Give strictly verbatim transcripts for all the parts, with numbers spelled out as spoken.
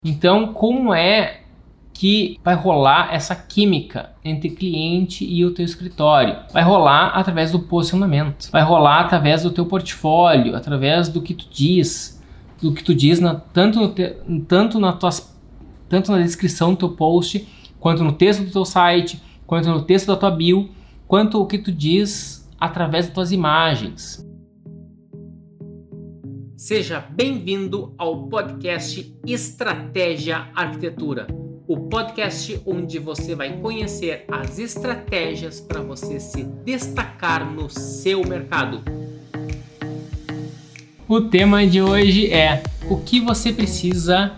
Então, como é que vai rolar essa química entre cliente e o teu escritório? Vai rolar através do posicionamento, vai rolar através do teu portfólio, através do que tu diz, do que tu diz na, tanto, no te, tanto, na tuas, tanto na descrição do teu post, quanto no texto do teu site, quanto no texto da tua bio, quanto o que tu diz através das tuas imagens. Seja bem-vindo ao podcast Estratégia Arquitetura, o podcast onde você vai conhecer as estratégias para você se destacar no seu mercado. O tema de hoje é o que você precisa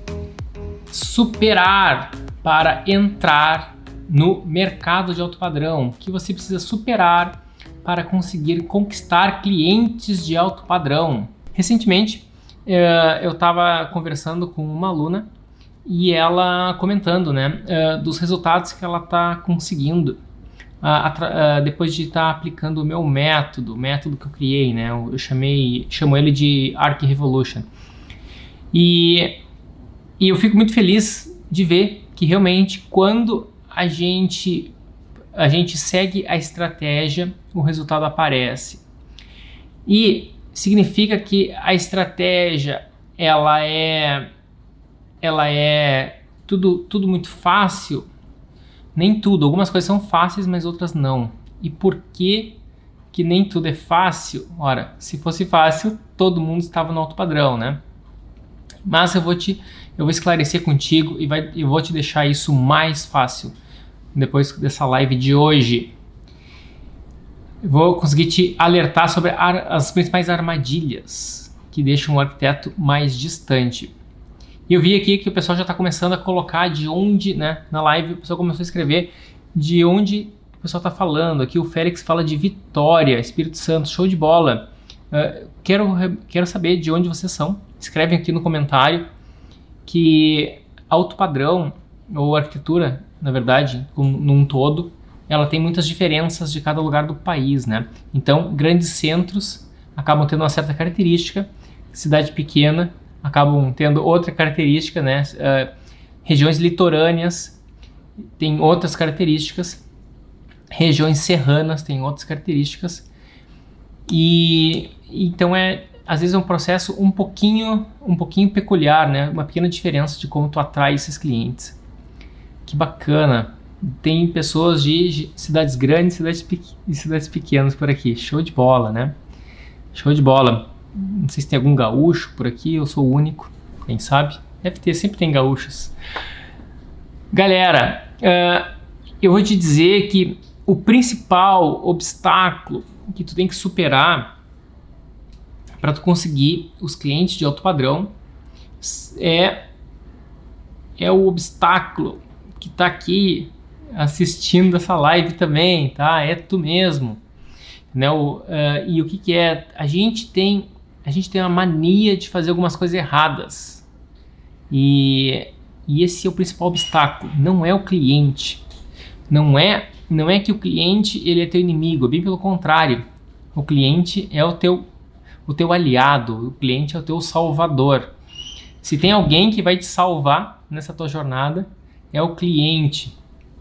superar para entrar no mercado de alto padrão, o que você precisa superar para conseguir conquistar clientes de alto padrão. Recentemente, eu estava conversando com uma aluna e ela comentando, né, dos resultados que ela está conseguindo depois de estar aplicando o meu método, o método que eu criei, né, eu chamei, chamo ele de Arc Revolution. E, e eu fico muito feliz de ver que realmente quando a gente, a gente segue a estratégia, o resultado aparece. E significa que a estratégia ela é ela é tudo, tudo muito fácil? Nem tudo. Algumas coisas são fáceis, mas outras não. E por que que nem tudo é fácil? Ora, se fosse fácil, todo mundo estava no alto padrão, né? Mas eu vou te eu vou esclarecer contigo e vai, eu vou te deixar isso mais fácil depois dessa live de hoje. Vou conseguir te alertar sobre as principais armadilhas que deixam o arquiteto mais distante. E eu vi aqui que o pessoal já está começando a colocar de onde, né, na live o pessoal começou a escrever de onde o pessoal está falando. Aqui o Félix fala de Vitória, Espírito Santo, show de bola. Uh, quero, quero saber de onde vocês são. Escrevem aqui no comentário que alto padrão, ou arquitetura, na verdade, um, num todo, ela tem muitas diferenças de cada lugar do país, né? Então, grandes centros acabam tendo uma certa característica, cidade pequena acabam tendo outra característica, né? Uh, regiões litorâneas têm outras características, regiões serranas têm outras características, e então é às vezes é um processo um pouquinho, um pouquinho peculiar, né? Uma pequena diferença de como tu atrai esses clientes. Que bacana! Tem pessoas de cidades grandes cidades e cidades pequenas por aqui. Show de bola, né? Show de bola. Não sei se tem algum gaúcho por aqui, eu sou o único. Quem sabe? Deve ter, sempre tem gaúchos. Galera, uh, eu vou te dizer que o principal obstáculo que tu tem que superar para tu conseguir os clientes de alto padrão é, é o obstáculo que está aqui assistindo essa live também, tá? É tu mesmo, né? O, uh, e o que que é? A gente tem, a gente tem uma mania de fazer algumas coisas erradas, e, e esse é o principal obstáculo. Não é o cliente, não é, não é que o cliente ele é teu inimigo, bem pelo contrário. O cliente é o teu, o teu aliado, o cliente é o teu salvador. Se tem alguém que vai te salvar nessa tua jornada, é o cliente.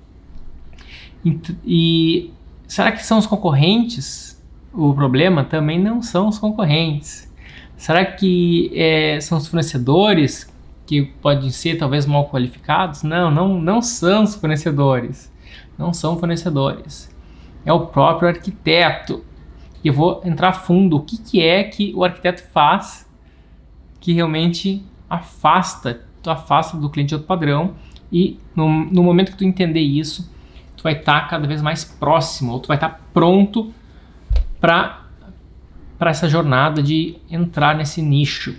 E, e será que são os concorrentes o problema? Também não são os concorrentes. Será que é, são os fornecedores que podem ser talvez mal qualificados? Não, não, não são os fornecedores. Não são fornecedores. É o próprio arquiteto. E eu vou entrar a fundo. O que, que é que o arquiteto faz que realmente afasta, tu afasta do cliente de alto padrão? E no, no momento que tu entender isso, tu vai estar cada vez mais próximo, ou tu vai estar pronto para para essa jornada de entrar nesse nicho.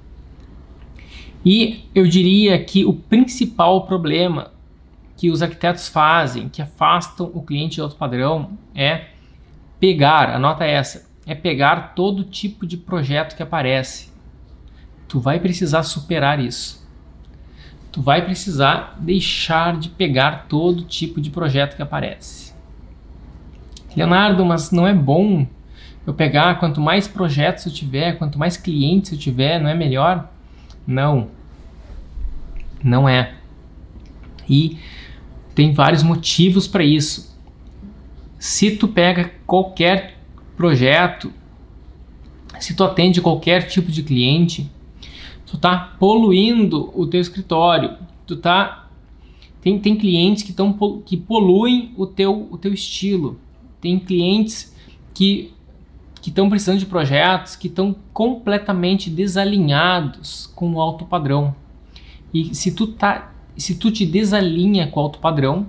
E eu diria que o principal problema que os arquitetos fazem, que afastam o cliente de alto padrão, é pegar, anota essa, é pegar todo tipo de projeto que aparece. Tu vai precisar superar isso. Tu vai precisar deixar de pegar todo tipo de projeto que aparece. Leonardo, mas não é bom eu pegar quanto mais projetos eu tiver, quanto mais clientes eu tiver, não é melhor? Não. Não é. E tem vários motivos para isso. Se tu pega qualquer projeto, se tu atende qualquer tipo de cliente, tu tá poluindo o teu escritório. Tu tá tem, tem clientes que, tão, que poluem o teu, o teu estilo. Tem clientes que que estão precisando de projetos que estão completamente desalinhados com o alto padrão. E se tu, tá, se tu te desalinha com o alto padrão,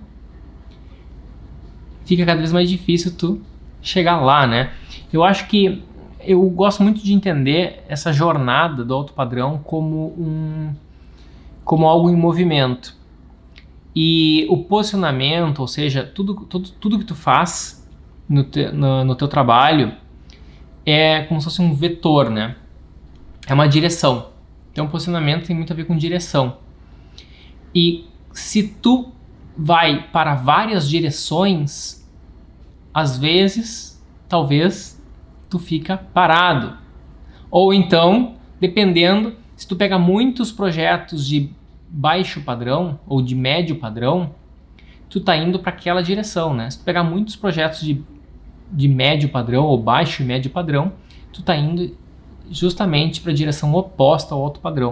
fica cada vez mais difícil tu chegar lá, né? Eu acho que eu gosto muito de entender essa jornada do alto padrão como, um, como algo em movimento. E o posicionamento, ou seja, tudo, tudo, tudo que tu faz no, te, no, no teu trabalho, é como se fosse um vetor, né? É uma direção. Então, posicionamento tem muito a ver com direção. E se tu vai para várias direções, às vezes, talvez, tu fica parado. Ou então, dependendo, se tu pega muitos projetos de baixo padrão ou de médio padrão, tu tá indo para aquela direção, né? Se tu pegar muitos projetos de de médio padrão ou baixo e médio padrão, tu tá indo justamente para a direção oposta ao alto padrão.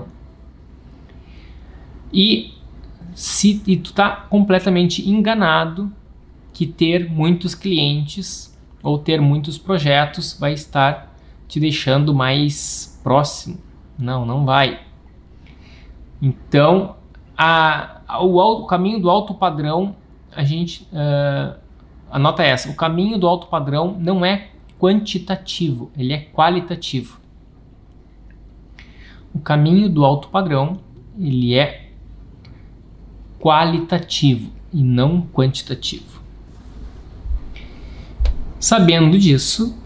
E se e tu tá completamente enganado que ter muitos clientes ou ter muitos projetos vai estar te deixando mais próximo. Não, não vai. Então, a, a, o, o caminho do alto padrão, a gente uh, anota essa, o caminho do alto padrão não é quantitativo, ele é qualitativo. O caminho do alto padrão, ele é qualitativo e não quantitativo. Sabendo disso,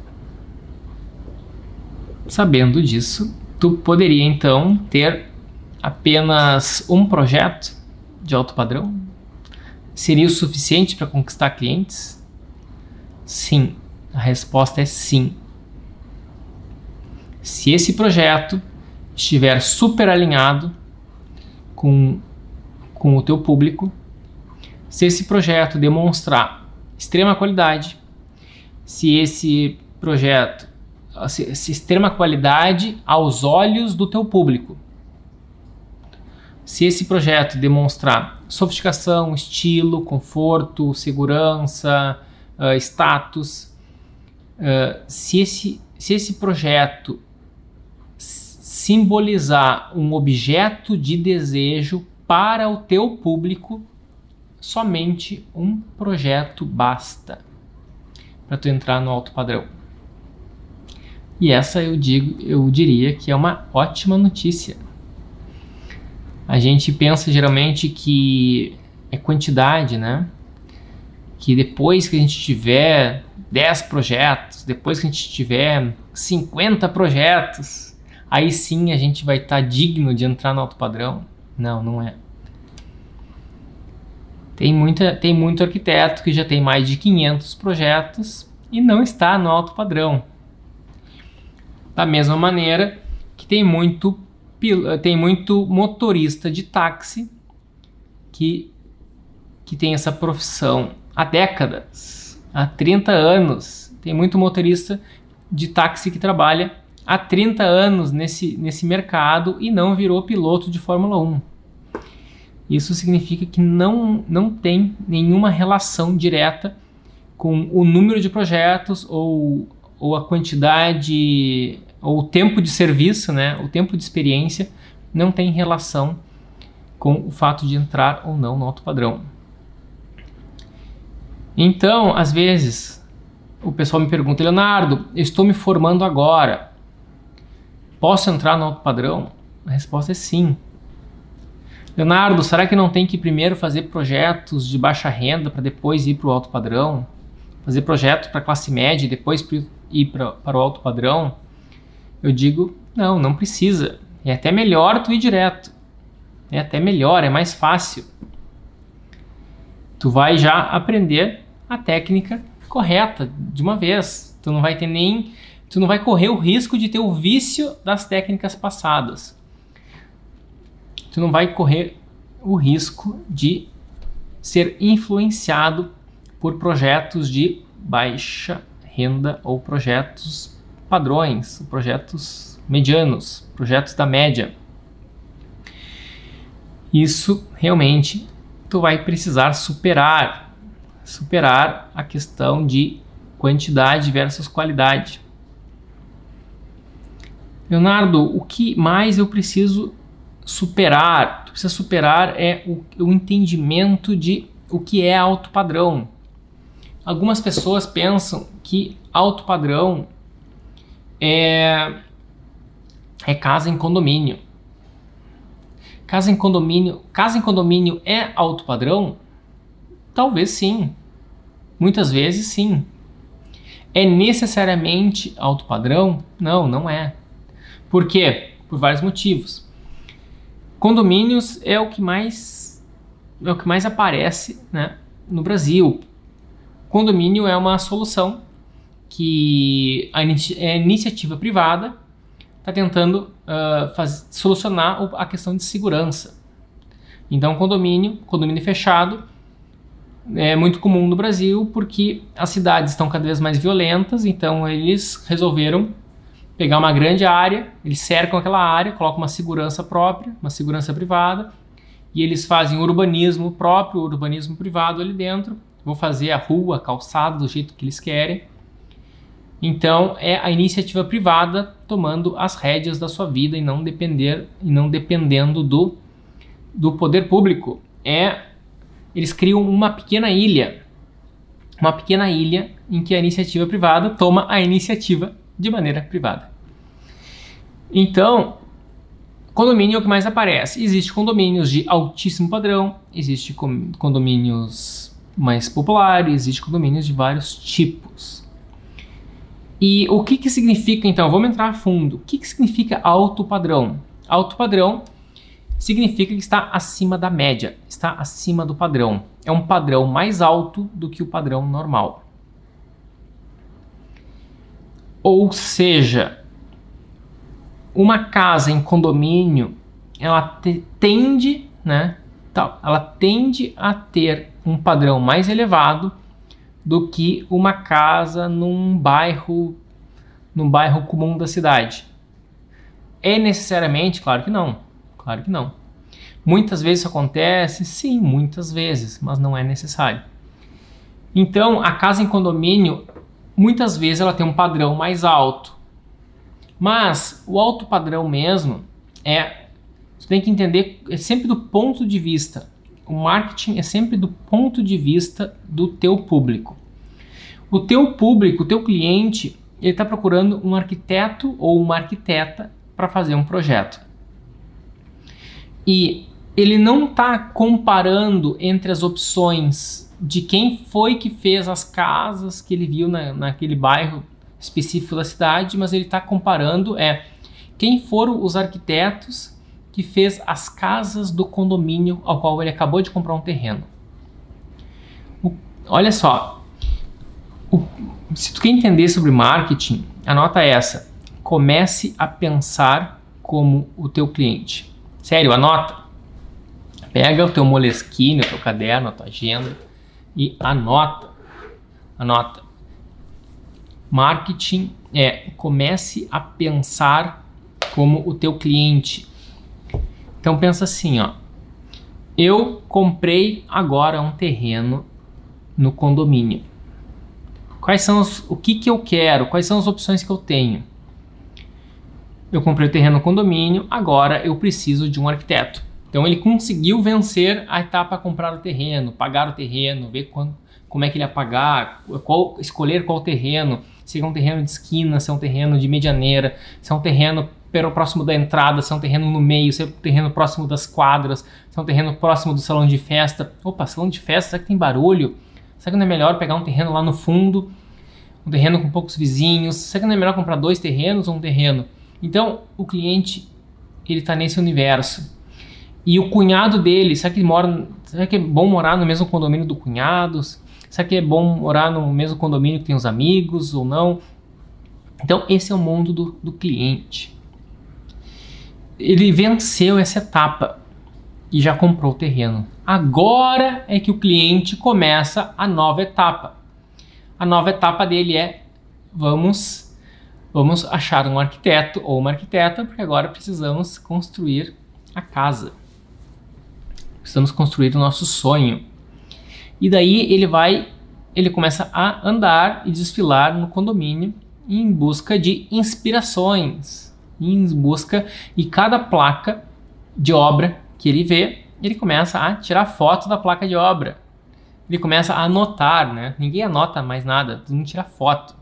sabendo disso, tu poderia então ter apenas um projeto de alto padrão? Seria o suficiente para conquistar clientes? Sim, a resposta é sim. Se esse projeto estiver super alinhado com, com o teu público, se esse projeto demonstrar extrema qualidade, se esse projeto, se, se extrema qualidade aos olhos do teu público, se esse projeto demonstrar sofisticação, estilo, conforto, segurança, uh, status, uh, se, esse, se esse projeto simbolizar um objeto de desejo para o teu público, somente um projeto basta para tu entrar no alto padrão. E essa eu digo, eu diria que é uma ótima notícia. A gente pensa geralmente que é quantidade, né? Que depois que a gente tiver dez projetos, depois que a gente tiver cinquenta projetos, aí sim a gente vai estar digno de entrar no alto padrão. Não, não é. Tem, muita, tem muito arquiteto que já tem mais de quinhentos projetos e não está no alto padrão. Da mesma maneira que tem muito tem muito motorista de táxi que, que tem essa profissão há décadas, há trinta anos. Tem muito motorista de táxi que trabalha há trinta anos nesse, nesse mercado e não virou piloto de Fórmula um. Isso significa que não, não tem nenhuma relação direta com o número de projetos ou, ou a quantidade ou o tempo de serviço, né? O tempo de experiência não tem relação com o fato de entrar ou não no alto padrão. Então, às vezes, o pessoal me pergunta: Leonardo, eu estou me formando agora, posso entrar no alto padrão? A resposta é sim. Leonardo, será que não tem que primeiro fazer projetos de baixa renda para depois ir para o alto padrão? Fazer projetos para classe média e depois ir pra, para o alto padrão? Eu digo, não, não precisa. É até melhor tu ir direto. É até melhor, é mais fácil. Tu vai já aprender a técnica correta de uma vez. Tu não vai ter nem, tu não vai correr o risco de ter o vício das técnicas passadas. Tu não vai correr o risco de ser influenciado por projetos de baixa renda ou projetos padrões, projetos medianos, projetos da média. Isso realmente tu vai precisar superar, superar a questão de quantidade versus qualidade. Leonardo, o que mais eu preciso superar? Tu precisa superar é o, o entendimento de o que é alto padrão. Algumas pessoas pensam que alto padrão é, é casa em condomínio. Casa em condomínio, casa em condomínio é alto padrão? Talvez sim. Muitas vezes sim. É necessariamente alto padrão? Não, não é. Por quê? Por vários motivos. Condomínios é o que mais é o que mais aparece, né, no Brasil. Condomínio é uma solução que a, inici a iniciativa privada está tentando uh, faz, solucionar a questão de segurança. Então, condomínio, condomínio fechado é muito comum no Brasil porque as cidades estão cada vez mais violentas, então eles resolveram pegar uma grande área, eles cercam aquela área, colocam uma segurança própria, uma segurança privada, e eles fazem urbanismo próprio, urbanismo privado ali dentro, vão fazer a rua, a calçada do jeito que eles querem. Então é a iniciativa privada tomando as rédeas da sua vida e não depender e não dependendo do, do poder público. É, eles criam uma pequena ilha, uma pequena ilha em que a iniciativa privada toma a iniciativa de maneira privada. Então, condomínio é o que mais aparece. Existem condomínios de altíssimo padrão, existem condomínios mais populares, existem condomínios de vários tipos. E o que que significa, então, vamos entrar a fundo. O que que significa alto padrão? Alto padrão significa que está acima da média, está acima do padrão. É um padrão mais alto do que o padrão normal. Ou seja, uma casa em condomínio, ela te, tende, né, tal, ela tende a ter um padrão mais elevado do que uma casa num bairro, num bairro comum da cidade. É necessariamente? Claro que não. Claro que não. Muitas vezes isso acontece? Sim, muitas vezes, mas não é necessário. Então, a casa em condomínio, muitas vezes ela tem um padrão mais alto. Mas o alto padrão mesmo é, você tem que entender, é sempre do ponto de vista. O marketing é sempre do ponto de vista do teu público. O teu público, o teu cliente, ele está procurando um arquiteto ou uma arquiteta para fazer um projeto. E ele não está comparando entre as opções de quem foi que fez as casas que ele viu na, naquele bairro específico da cidade, mas ele está comparando é quem foram os arquitetos que fez as casas do condomínio ao qual ele acabou de comprar um terreno. O, olha só, o, se tu quer entender sobre marketing, anota essa: comece a pensar como o teu cliente. Sério, anota. Pega o teu Moleskine, o teu caderno, a tua agenda e anota. Anota. Marketing é comece a pensar como o teu cliente. Então pensa assim, ó. Eu comprei agora um terreno no condomínio. Quais são os, o que que eu quero? Quais são as opções que eu tenho? Eu comprei o terreno no condomínio, agora eu preciso de um arquiteto. Então ele conseguiu vencer a etapa comprar o terreno, pagar o terreno, ver quando, como é que ele ia pagar, qual, escolher qual terreno, se é um terreno de esquina, se é um terreno de medianeira, se é um terreno próximo da entrada, se é um terreno no meio, se é um terreno próximo das quadras, se é um terreno próximo do salão de festa. Opa, salão de festa, será que tem barulho? Será que não é melhor pegar um terreno lá no fundo, um terreno com poucos vizinhos? Será que não é melhor comprar dois terrenos ou um terreno? Então, o cliente, ele está nesse universo. E o cunhado dele, será que, mora, será que é bom morar no mesmo condomínio do cunhado? Será que é bom morar no mesmo condomínio que tem os amigos ou não? Então, esse é o mundo do, do cliente. Ele venceu essa etapa. e já comprou o terreno. Agora é que o cliente começa a nova etapa. A nova etapa dele é vamos, vamos achar um arquiteto ou uma arquiteta, porque agora precisamos construir a casa. Precisamos construir o nosso sonho. E daí ele vai, ele começa a andar e desfilar no condomínio em busca de inspirações, em busca, e cada placa de obra que ele vê, ele começa a tirar foto da placa de obra. Ele começa a anotar, né? Ninguém anota mais nada, todo mundo tira foto.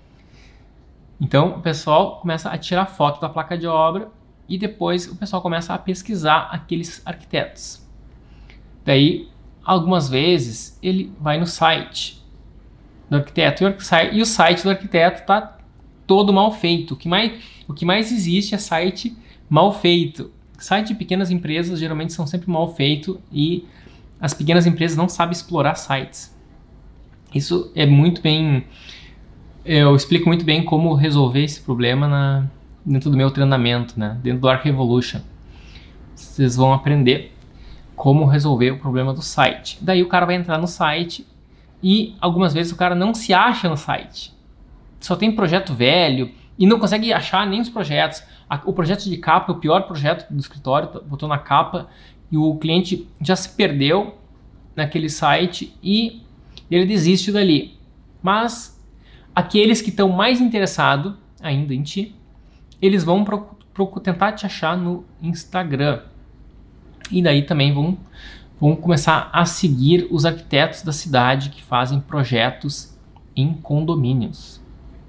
Então o pessoal começa a tirar foto da placa de obra e depois o pessoal começa a pesquisar aqueles arquitetos. Daí, algumas vezes, ele vai no site do arquiteto e o site do arquiteto está todo mal feito. O que mais, o que mais existe é site mal feito. Sites de pequenas empresas geralmente são sempre mal feitos e as pequenas empresas não sabem explorar sites. Isso é muito bem... Eu explico muito bem como resolver esse problema na, dentro do meu treinamento, né? Dentro do Arc Revolution. Vocês vão aprender como resolver o problema do site. Daí o cara vai entrar no site e algumas vezes o cara não se acha no site. Só tem projeto velho e não consegue achar nem os projetos. O projeto de capa é o pior projeto do escritório, botou na capa e o cliente já se perdeu naquele site e ele desiste dali. Mas aqueles que estão mais interessados ainda em ti, eles vão pro, pro, tentar te achar no Instagram. E daí também vão, vão começar a seguir os arquitetos da cidade que fazem projetos em condomínios.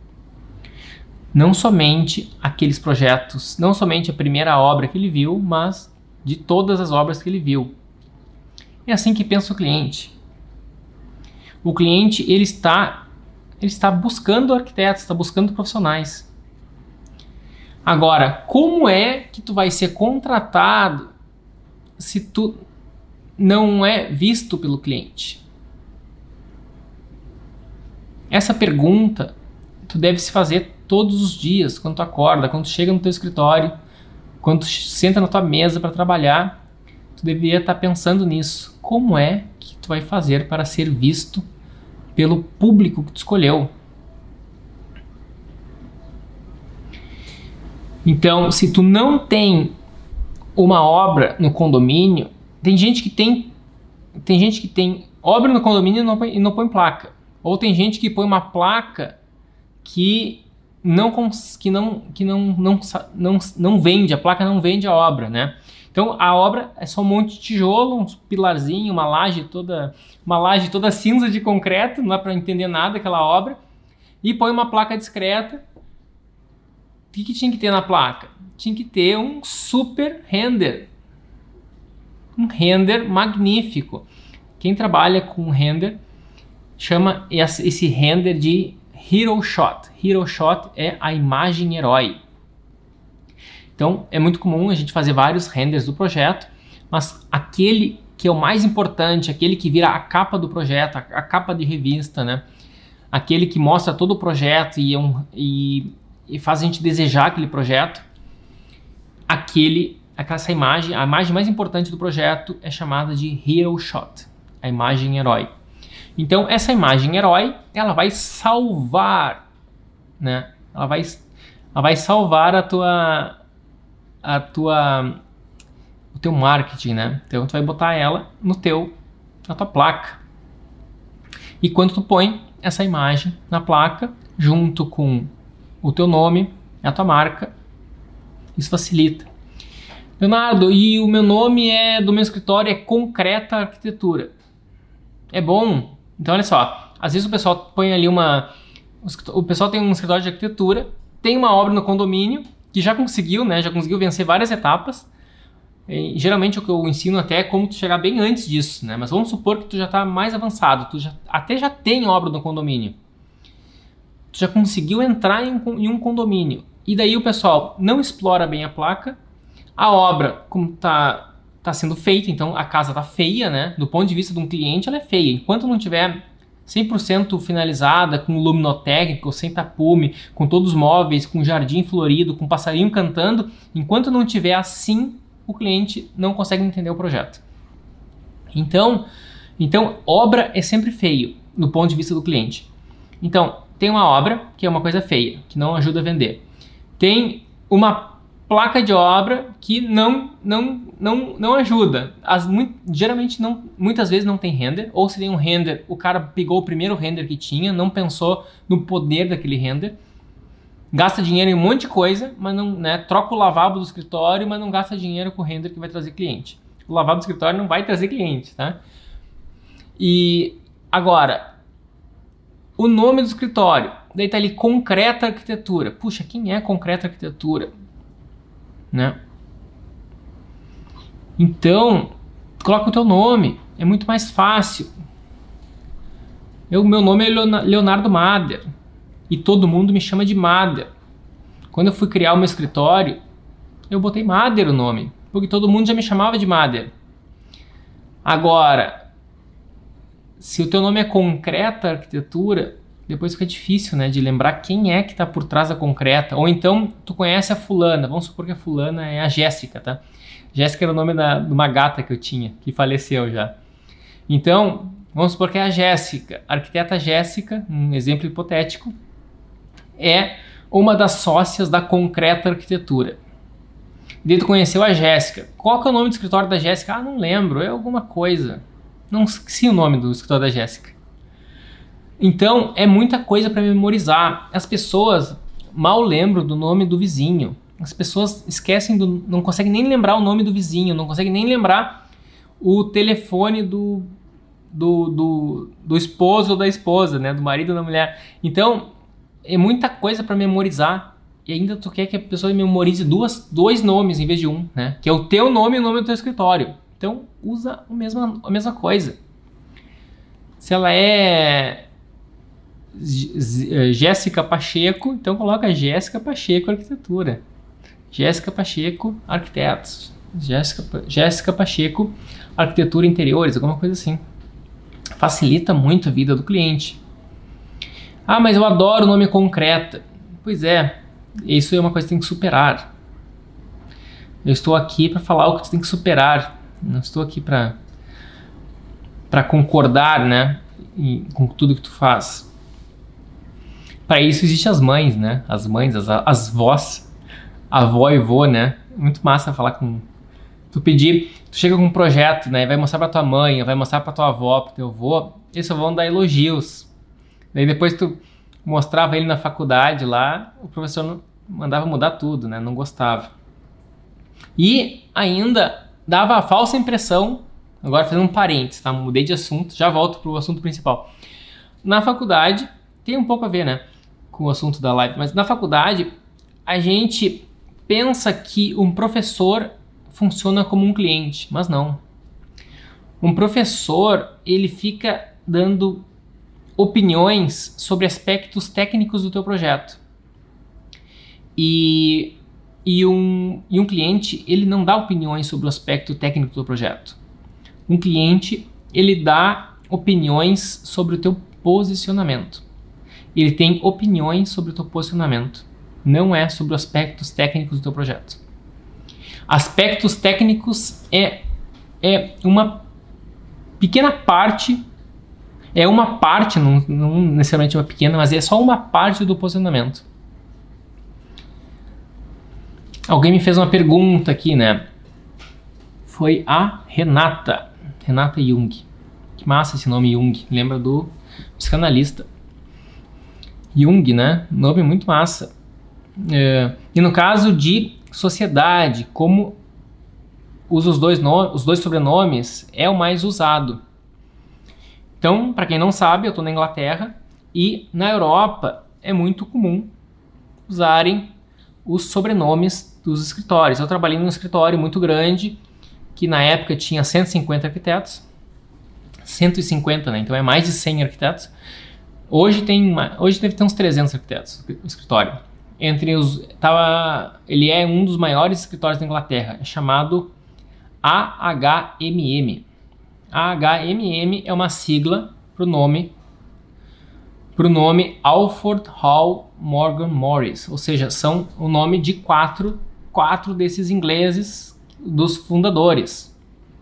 Não somente aqueles projetos, não somente a primeira obra que ele viu, mas de todas as obras que ele viu. É assim que pensa o cliente. O cliente ele está, ele está buscando arquitetos, está buscando profissionais. Agora, como é que tu vai ser contratado se tu não é visto pelo cliente? Essa pergunta tu deve se fazer todos os dias, quando tu acorda, quando tu chega no teu escritório, quando tu senta na tua mesa para trabalhar, tu deveria estar pensando nisso. Como é que tu vai fazer para ser visto pelo público que tu escolheu? Então, se tu não tem uma obra no condomínio, tem gente que tem tem gente que tem obra no condomínio e não põe, e não põe placa, ou tem gente que põe uma placa que não que não que não não, não não vende, a placa não vende a obra, né? Então a obra é só um monte de tijolo, um pilarzinho, uma laje toda uma laje toda cinza de concreto, não dá para entender nada aquela obra, e põe uma placa discreta. O que, que tinha que ter na placa? Tinha que ter um super render. Um render magnífico. Quem trabalha com render chama esse render de Hero Shot. Hero Shot é a imagem herói. Então é muito comum a gente fazer vários renders do projeto, mas aquele que é o mais importante, aquele que vira a capa do projeto, a, a capa de revista, né? Aquele que mostra todo o projeto e, é um, e e faz a gente desejar aquele projeto, aquele, essa imagem, a imagem mais importante do projeto é chamada de Hero Shot, a imagem herói. Então essa imagem herói, ela vai salvar, né? Ela vai, ela vai salvar a tua, a tua, o teu marketing, né? Então tu vai botar ela no teu, na tua placa. E quando tu põe essa imagem na placa, junto com o teu nome, a tua marca, isso facilita. Leonardo, e o meu nome é do meu escritório é Concreta Arquitetura. É bom? Então olha só, às vezes o pessoal põe ali uma... O pessoal tem um escritório de arquitetura, tem uma obra no condomínio, que já conseguiu, né? Já conseguiu vencer várias etapas. E, geralmente o que eu ensino até é como tu chegar bem antes disso, né? Mas vamos supor que tu já está mais avançado, tu já, até já tem obra no condomínio. Tu já conseguiu entrar em, em um condomínio. E daí o pessoal não explora bem a placa. A obra, como tá, tá sendo feita, então a casa tá feia, né? Do ponto de vista de um cliente, ela é feia. Enquanto não tiver cem por cento finalizada, com luminotécnico, sem tapume, com todos os móveis, com jardim florido, com passarinho cantando, enquanto não tiver assim, o cliente não consegue entender o projeto. Então, então obra é sempre feio, do ponto de vista do cliente. Então, tem uma obra que é uma coisa feia, que não ajuda a vender. Tem uma placa de obra que não, não, não, não ajuda. As, muito, geralmente, não, muitas vezes não tem render, ou se tem um render, o cara pegou o primeiro render que tinha, não pensou no poder daquele render, gasta dinheiro em um monte de coisa, mas não, né, troca o lavabo do escritório, mas não gasta dinheiro com o render que vai trazer cliente. O lavabo do escritório não vai trazer cliente, tá? E agora, o nome do escritório, daí tá ali Concreta Arquitetura. Puxa, quem é Concreta Arquitetura? Né? Então, coloca o teu nome, é muito mais fácil. O meu nome é Leonardo Mader e todo mundo me chama de Mader. Quando eu fui criar o meu escritório, eu botei Mader o nome, porque todo mundo já me chamava de Mader. Agora, se o teu nome é Concreta Arquitetura, depois fica difícil, né, de lembrar quem é que está por trás da Concreta. Ou então, tu conhece a fulana, vamos supor que a fulana é a Jéssica, tá? Jéssica era o nome da, de uma gata que eu tinha, que faleceu já. Então, vamos supor que é a Jéssica. A arquiteta Jéssica, um exemplo hipotético, é uma das sócias da Concreta Arquitetura. E daí tu conheceu a Jéssica. Qual que é o nome do escritório da Jéssica? Ah, não lembro, é alguma coisa. Não esqueci o nome do escritório da Jéssica. Então, é muita coisa para memorizar. As pessoas mal lembram do nome do vizinho. As pessoas esquecem, do, não conseguem nem lembrar o nome do vizinho, não conseguem nem lembrar o telefone do, do, do, do esposo ou da esposa, né? Do marido ou da mulher. Então, é muita coisa para memorizar. E ainda tu quer que a pessoa memorize duas, dois nomes em vez de um, né? Que é o teu nome e o nome do teu escritório. Então, usa a mesma, a mesma coisa. Se ela é Jéssica Pacheco, então coloca Jéssica Pacheco Arquitetura. Jéssica Pacheco Arquitetos. Jéssica, Jéssica Pacheco Arquitetura Interiores, alguma coisa assim. Facilita muito a vida do cliente. Ah, mas eu adoro o nome Concreta. Pois é, isso é uma coisa que tem que superar. Eu estou aqui para falar o que tu tem que superar. Não estou aqui para para concordar, né, e, com tudo que tu faz. Para isso existem as mães, né? As mães, as, as vós, avó e vô, né? Muito massa falar com... Tu pedir, tu chega com um projeto, né? Vai mostrar para tua mãe, vai mostrar para tua avó, para teu vô, eles só vão dar elogios. Daí depois tu mostrava ele na faculdade lá, o professor mandava mudar tudo, né? Não gostava. E ainda dava a falsa impressão, agora fazendo um parênteses, tá? Mudei de assunto, já volto pro assunto principal. Na faculdade, tem um pouco a ver, né, com o assunto da live, mas na faculdade a gente pensa que um professor funciona como um cliente, mas não. Um professor, ele fica dando opiniões sobre aspectos técnicos do teu projeto. E, e, um, e um cliente, ele não dá opiniões sobre o aspecto técnico do teu projeto. Um cliente, ele dá opiniões sobre o teu posicionamento. Ele tem opiniões sobre o teu posicionamento. Não é sobre os aspectos técnicos do teu projeto. Aspectos técnicos é, é uma pequena parte, é uma parte, não, não necessariamente uma pequena, mas é só uma parte do posicionamento. Alguém me fez uma pergunta aqui, né? Foi a Renata. Renata Jung. Que massa esse nome Jung. Lembra do psicanalista. Jung, né? Nome muito massa. É, e no caso de sociedade, como usa os dois, no, os dois sobrenomes, é o mais usado. Então, para quem não sabe, eu estou na Inglaterra e na Europa é muito comum usarem os sobrenomes dos escritórios. Eu trabalhei num escritório muito grande, que na época tinha cento e cinquenta arquitetos, cento e cinquenta, né? Então é mais de cem arquitetos. Hoje tem, hoje deve ter uns trezentos arquitetos no escritório. Entre os, tava, ele é um dos maiores escritórios da Inglaterra, é chamado A H M M. A H M M é uma sigla para o nome, pro nome Alford Hall Morgan Morris, ou seja, são o nome de quatro, quatro desses ingleses, dos fundadores.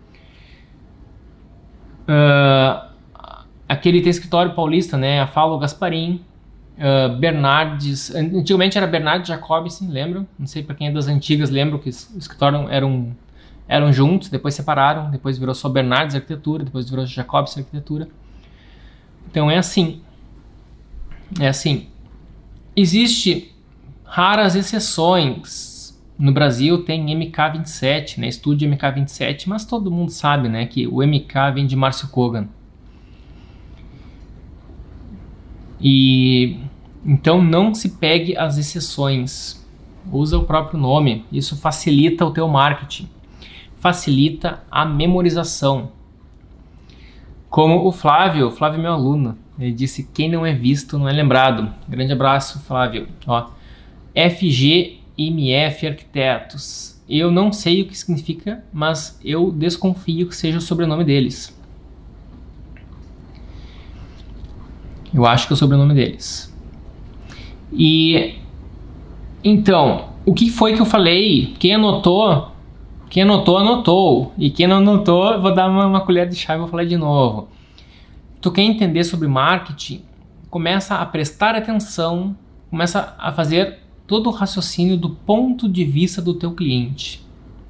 Uh, aquele tem escritório paulista, né? Afalo Gasparim, uh, Bernardes, antigamente era Bernardes Jacobson, lembram? Não sei para quem é das antigas, lembram que o escritório eram, eram juntos, depois separaram, depois virou só Bernardes Arquitetura, depois virou Jacobson Arquitetura. Então é assim, é assim. Existe raras exceções. No Brasil tem M K vinte e sete, né? Estúdio M K vinte e sete, mas todo mundo sabe, né, que o M K vem de Márcio Kogan. E então não se pegue as exceções. Usa o próprio nome. Isso facilita o teu marketing. Facilita a memorização. Como o Flávio, Flávio é meu aluno, ele disse: quem não é visto não é lembrado. Grande abraço, Flávio. Ó, F G M F Arquitetos. Eu não sei o que significa, mas eu desconfio que seja o sobrenome deles. Eu acho que é o sobrenome deles. E então, o que foi que eu falei? Quem anotou, quem anotou, anotou. E quem não anotou, eu vou dar uma, uma colher de chá e vou falar de novo. Tu quer entender sobre marketing? Começa a prestar atenção, começa a fazer todo o raciocínio do ponto de vista do teu cliente.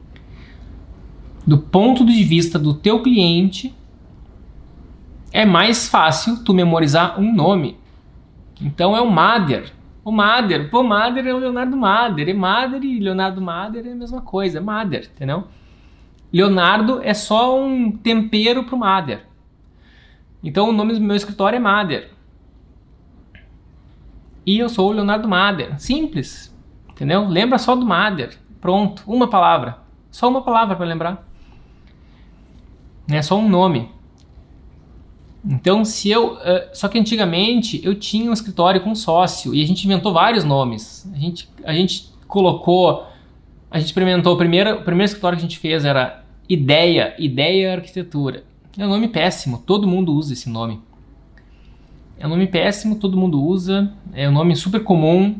Do ponto de vista do teu cliente, é mais fácil tu memorizar um nome. Então é o Mader. O Mader, pô, Mader é o Leonardo Mader. E Mader e Leonardo Mader é a mesma coisa, é Mader, entendeu? Leonardo é só um tempero pro Mader. Então o nome do meu escritório é Mader. E eu sou o Leonardo Mader. Simples, entendeu? Lembra só do Mader. Pronto, uma palavra. Só uma palavra para lembrar. É só um nome. Então, se eu... Uh, só que antigamente eu tinha um escritório com sócio e a gente inventou vários nomes. A gente, a gente colocou... A gente experimentou... O primeiro, o primeiro escritório que a gente fez era Ideia. Ideia Arquitetura. É um nome péssimo. Todo mundo usa esse nome. É um nome péssimo, todo mundo usa. É um nome super comum.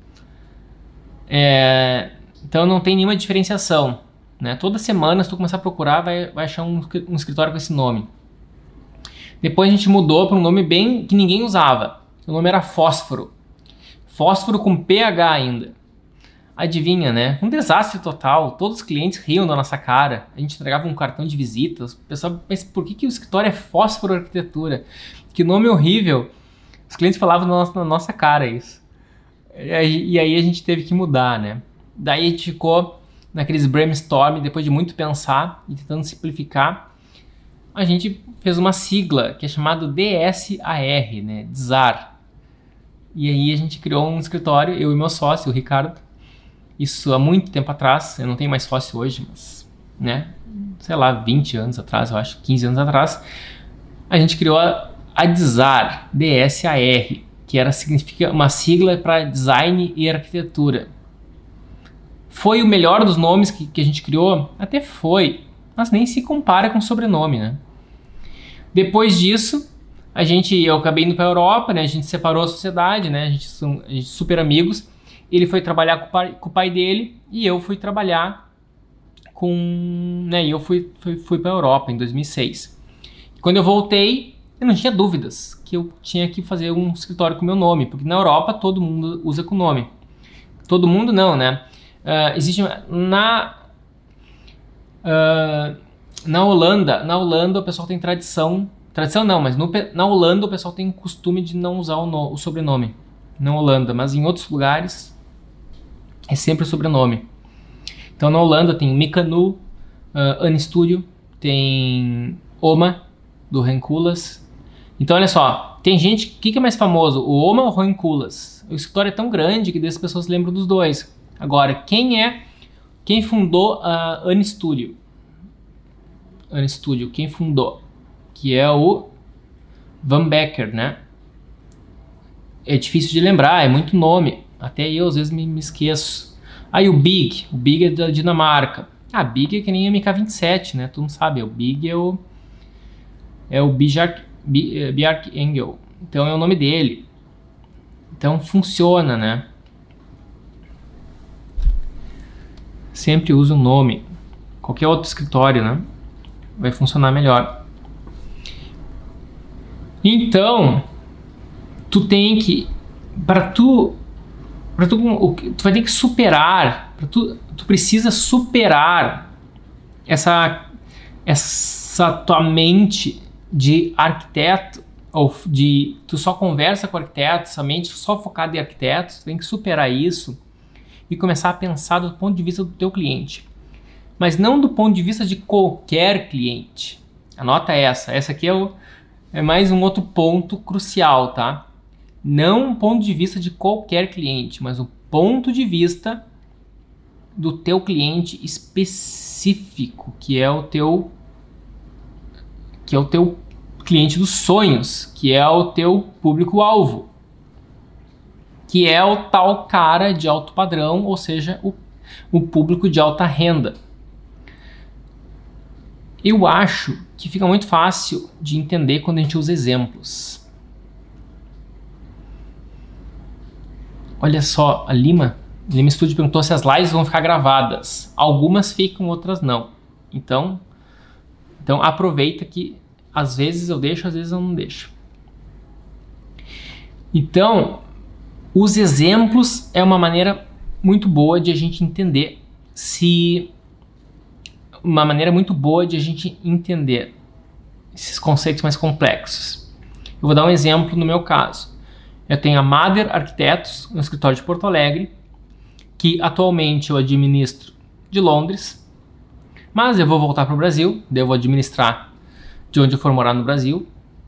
É, então não tem nenhuma diferenciação, né? Toda semana, se tu começar a procurar, vai, vai achar um, um escritório com esse nome. Depois a gente mudou para um nome bem que ninguém usava. O nome era Fósforo. Fósforo com P H ainda. Adivinha, né? Um desastre total. Todos os clientes riam da nossa cara. A gente entregava um cartão de visitas. O pessoal pensa, por que, que o escritório é Fósforo Arquitetura? Que nome horrível. Os clientes falavam na nossa, na nossa cara isso. E aí, e aí a gente teve que mudar, né? Daí a gente ficou naqueles brainstorm, depois de muito pensar e tentando simplificar, a gente fez uma sigla que é chamada D S A R, né? D S A R. E aí a gente criou um escritório, eu e meu sócio, o Ricardo. Isso há muito tempo atrás, eu não tenho mais sócio hoje, mas, né? Sei lá, vinte anos atrás, eu acho, quinze anos atrás, a gente criou a A D S A R, D S A R, que era, significa uma sigla para Design e Arquitetura. Foi o melhor dos nomes que, que a gente criou? Até foi, mas nem se compara com o sobrenome, né? Depois disso, a gente, eu acabei indo para a Europa, né? A gente separou a sociedade, né? A gente são a gente super amigos. Ele foi trabalhar com o pai, com o pai dele e eu fui trabalhar com... Né? E eu fui, fui, fui para a Europa em dois mil e seis. Quando eu voltei, eu não tinha dúvidas que eu tinha que fazer um escritório com o meu nome, porque na Europa todo mundo usa com nome. Todo mundo não, né? Uh, existe na uh, na Holanda, na Holanda o pessoal tem tradição, tradição não, mas no, na Holanda o pessoal tem costume de não usar o, no, o sobrenome. Na Holanda, mas em outros lugares é sempre o sobrenome. Então na Holanda tem Micanu, uh, Anstudio, tem Oma do Renkulas. Então olha só, tem gente, o que, que é mais famoso, o Oma ou o Renkulas? O escritório é tão grande que as pessoas lembram dos dois. Agora, quem é, quem fundou a Anstudio? Anstudio, quem fundou? Que é o Van Becker, né? É difícil de lembrar, é muito nome. Até eu às vezes me, me esqueço. Aí o Big, o Big é da Dinamarca. Ah, Big é que nem M K vinte e sete, né? Tu não sabe, o Big é o é o Bjark, Bjark Engel. Então é o nome dele. Então funciona, né? Sempre usa o nome. qualquer outro escritório, né? Vai funcionar melhor. Então, tu tem que, para tu, para tu, tu vai ter que superar, pra tu, tu precisa superar essa, essa tua mente de arquiteto, ou de tu só conversa com arquitetos, essa mente só focada em arquitetos, tu tem que superar isso e começar a pensar do ponto de vista do teu cliente. Mas não do ponto de vista de qualquer cliente. Anota essa, essa aqui é, o, é mais um outro ponto crucial, tá? Não um ponto de vista de qualquer cliente, mas o ponto de vista do teu cliente específico, que é o teu que é o teu cliente dos sonhos, que é o teu público-alvo, que é o tal cara de alto padrão, ou seja, o, o público de alta renda. Eu acho que fica muito fácil de entender quando a gente usa exemplos. Olha só, a Lima, Lima Studio perguntou se as lives vão ficar gravadas. Algumas ficam, outras não. Então, então aproveita que às vezes eu deixo, às vezes eu não deixo. Então, os exemplos é uma maneira muito boa de a gente entender se... Uma maneira muito boa de a gente entender esses conceitos mais complexos. Eu vou dar um exemplo no meu caso. Eu tenho a Mader Arquitetos, um escritório de Porto Alegre, que atualmente eu administro de Londres, mas eu vou voltar para o Brasil, daí eu vou administrar de onde eu for morar no Brasil,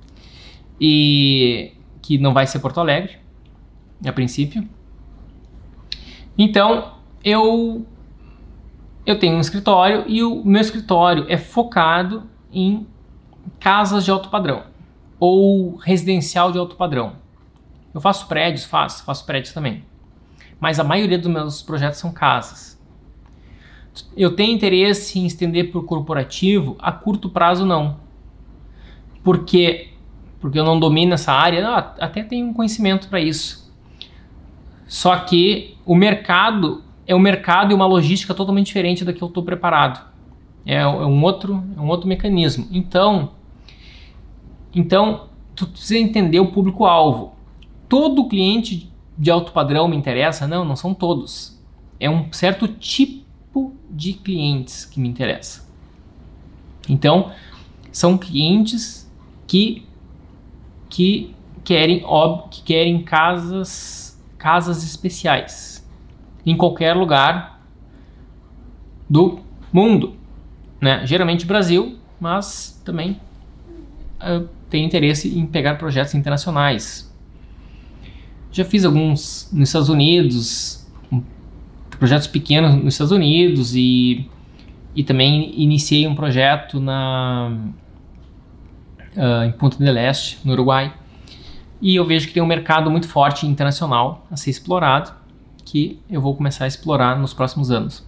e que não vai ser Porto Alegre, a princípio. Então, eu, eu tenho um escritório e o meu escritório é focado em casas de alto padrão, ou residencial de alto padrão. Eu faço prédios, faço, faço prédios também. Mas a maioria dos meus projetos são casas. Eu tenho interesse em estender para o corporativo, a curto prazo não. Por quê? Porque eu não domino essa área, não, até tenho um conhecimento para isso. Só que o mercado é um mercado e uma logística totalmente diferente da que eu estou preparado. É, é, um outro, é um outro mecanismo. Então, então, tu precisa entender o público-alvo. Todo cliente de alto padrão me interessa? Não, não são todos. É um certo tipo de clientes que me interessa. Então, são clientes que, que querem, óbvio, que querem casas, casas especiais em qualquer lugar do mundo, né? Geralmente Brasil, mas também uh, tem interesse em pegar projetos internacionais. Já fiz alguns nos Estados Unidos, projetos pequenos nos Estados Unidos e, e também iniciei um projeto na, uh, em Punta del Este, no Uruguai. E eu vejo que tem um mercado muito forte internacional a ser explorado, que eu vou começar a explorar nos próximos anos.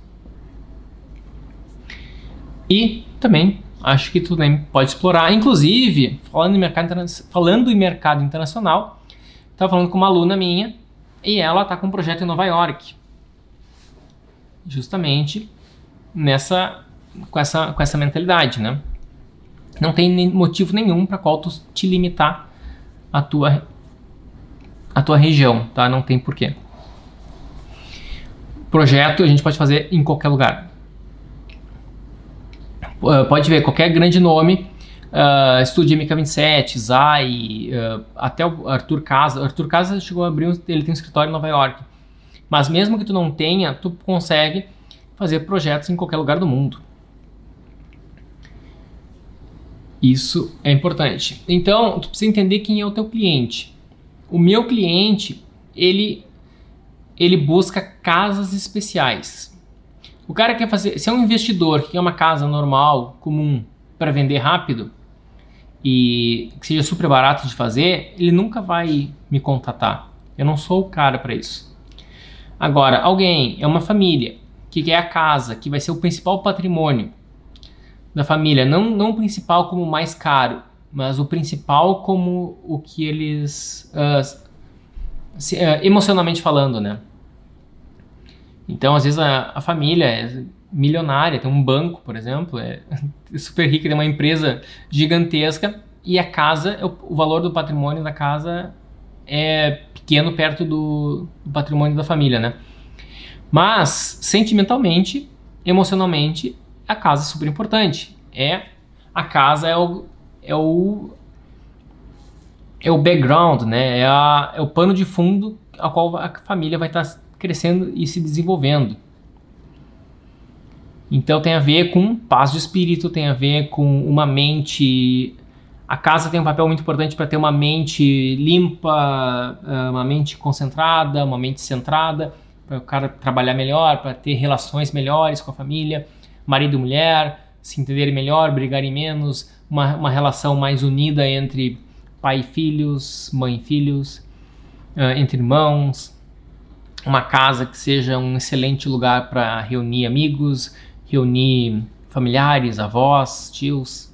E também acho que tu também pode explorar, inclusive, falando em mercado, falando em mercado internacional, estava falando com uma aluna minha e ela está com um projeto em Nova York, justamente nessa, com essa, com essa mentalidade, né? Não tem nem motivo nenhum para qual tu te limitar a tua, a tua região, tá? Não tem porquê. Projeto a gente pode fazer em qualquer lugar. Uh, pode ver qualquer grande nome, uh, Estúdio M K vinte e sete, Zai, uh, até o Arthur Casa. Arthur Casa chegou a abrir, um, ele tem um escritório em Nova York. Mas mesmo que tu não tenha, tu consegue fazer projetos em qualquer lugar do mundo. Isso é importante. Então, tu precisa entender quem é o teu cliente. O meu cliente, ele, ele busca casas especiais. O cara quer fazer, se é um investidor que quer uma casa normal, comum, para vender rápido e que seja super barato de fazer, ele nunca vai me contatar. Eu não sou o cara para isso. Agora, alguém, é uma família que quer a casa, que vai ser o principal patrimônio da família, não, não o principal como o mais caro, mas o principal como o que eles, uh, se, uh, emocionalmente falando, né? Então, às vezes, a, a família milionária, tem um banco, por exemplo, é super rica, tem uma empresa gigantesca e a casa, o valor do patrimônio da casa é pequeno perto do, do patrimônio da família, né? Mas, sentimentalmente, emocionalmente, a casa é super importante. É, a casa é o, é o, é o background, né? É, a, é o pano de fundo a qual a família vai estar crescendo e se desenvolvendo. Então tem a ver com paz de espírito, tem a ver com uma mente... A casa tem um papel muito importante para ter uma mente limpa, uma mente concentrada, uma mente centrada, para o cara trabalhar melhor, para ter relações melhores com a família, marido e mulher, se entenderem melhor, brigarem menos, uma, uma relação mais unida entre pai e filhos, mãe e filhos, uh, entre irmãos, uma casa que seja um excelente lugar para reunir amigos, reunir familiares, avós, tios,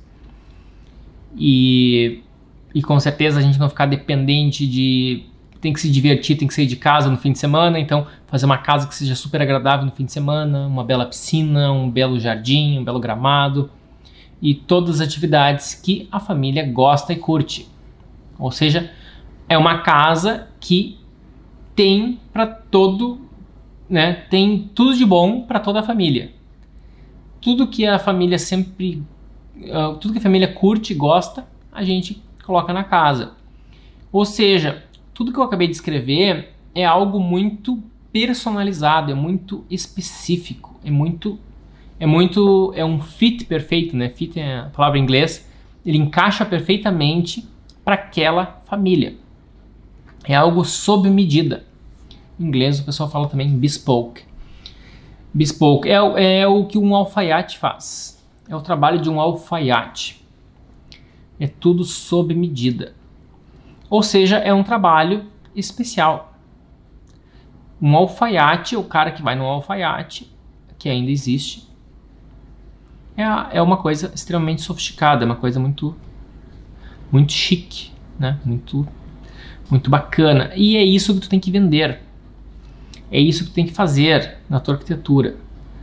e, e com certeza a gente não ficar dependente de tem que se divertir, tem que sair de casa no fim de semana, então fazer uma casa que seja super agradável no fim de semana, uma bela piscina, um belo jardim, um belo gramado e todas as atividades que a família gosta e curte. Ou seja, é uma casa que tem para todo, né, tem tudo de bom para toda a família. Tudo que a família sempre, uh, tudo que a família curte e gosta, a gente coloca na casa. Ou seja, tudo que eu acabei de escrever é algo muito personalizado, é muito específico, é muito, é muito, é um fit perfeito, né? Fit é a palavra em inglês, ele encaixa perfeitamente para aquela família. É algo sob medida. Em inglês o pessoal fala também bespoke. Bespoke é, é o que um alfaiate faz. É o trabalho de um alfaiate. É tudo sob medida. Ou seja, é um trabalho especial. Um alfaiate, o cara que vai no alfaiate, que ainda existe, é, é uma coisa extremamente sofisticada, é uma coisa muito, muito chique, né? Muito, muito bacana. E é isso que tu tem que vender. É isso que tu tem que fazer na tua arquitetura.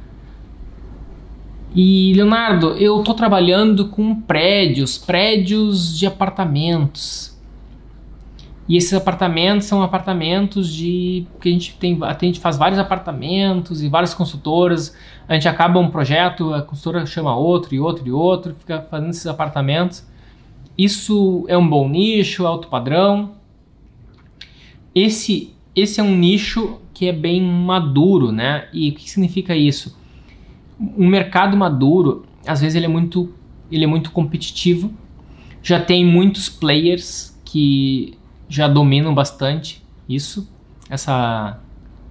E, Leonardo, eu estou trabalhando com prédios, prédios de apartamentos. E esses apartamentos são apartamentos de... que a gente tem, a gente faz vários apartamentos e várias consultoras. A gente acaba um projeto, a consultora chama outro e outro e outro, fica fazendo esses apartamentos. Isso é um bom nicho, alto padrão. Esse, esse é um nicho que é bem maduro, né? E o que significa isso? Um mercado maduro, às vezes ele é muito, ele é muito competitivo. Já tem muitos players que já dominam bastante isso, essa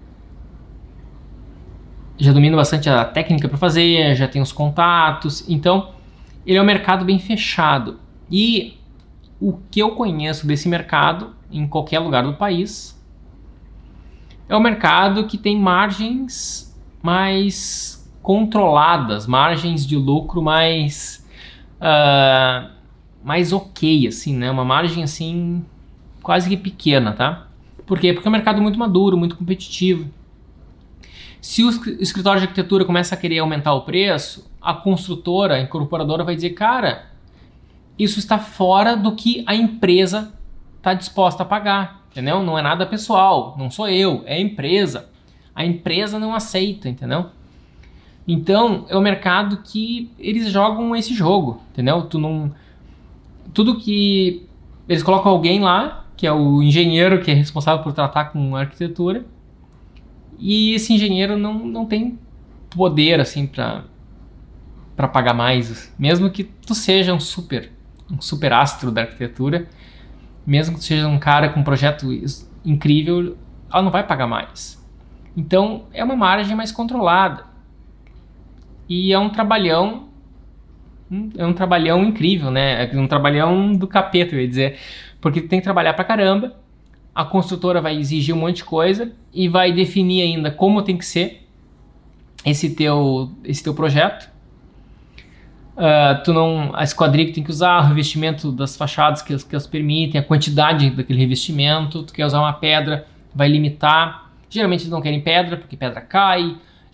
já dominam bastante a técnica para fazer, já tem os contatos, então ele é um mercado bem fechado. E o que eu conheço desse mercado em qualquer lugar do país é um mercado que tem margens mais controladas, margens de lucro mais uh, mais ok, assim, né? Uma margem assim quase que pequena, tá? Por quê? Porque é um mercado muito maduro, muito competitivo. Se o escritório de arquitetura começa a querer aumentar o preço, a construtora, a incorporadora vai dizer, cara, isso está fora do que a empresa está disposta a pagar, entendeu? Não é nada pessoal, não sou eu, é a empresa. A empresa não aceita, entendeu? Então, é um mercado que eles jogam esse jogo, entendeu? Tu não... Tudo que... Eles colocam alguém lá, que é o engenheiro que é responsável por tratar com a arquitetura, e esse engenheiro não, não tem poder assim para para pagar mais, mesmo que tu seja um super um super astro da arquitetura, mesmo que tu seja um cara com um projeto incrível, ela não vai pagar mais. Então é uma margem mais controlada e é um trabalhão é um trabalhão incrível, né? É um trabalhão do capeta, eu ia dizer. Porque tu tem que trabalhar pra caramba, a construtora vai exigir um monte de coisa e vai definir ainda como tem que ser esse teu, esse teu projeto. Uh, tu não, a esquadria que tem que usar, o revestimento das fachadas que, que elas permitem, a quantidade daquele revestimento, tu quer usar uma pedra, vai limitar. Geralmente eles não querem pedra, porque pedra cai.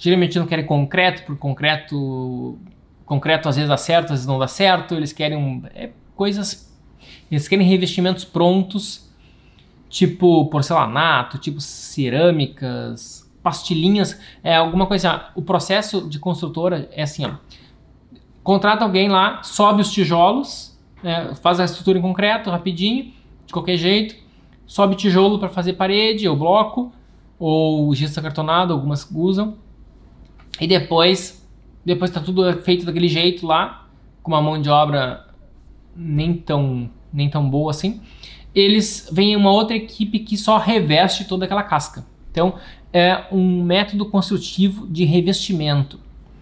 Geralmente não querem concreto, porque concreto, concreto às vezes dá certo, às vezes não dá certo. Eles querem um, é, coisas, eles querem revestimentos prontos, tipo porcelanato, tipo cerâmicas, pastilhinhas, é alguma coisa. O processo de construtora é assim, ó, contrata alguém lá, sobe os tijolos, é, faz a estrutura em concreto rapidinho, de qualquer jeito, sobe tijolo para fazer parede ou bloco, ou gesso acartonado, algumas usam, e depois, depois tá tudo feito daquele jeito lá, com uma mão de obra nem tão, nem tão boa assim, eles vêm uma outra equipe que só reveste toda aquela casca. Então, é um método construtivo de revestimento.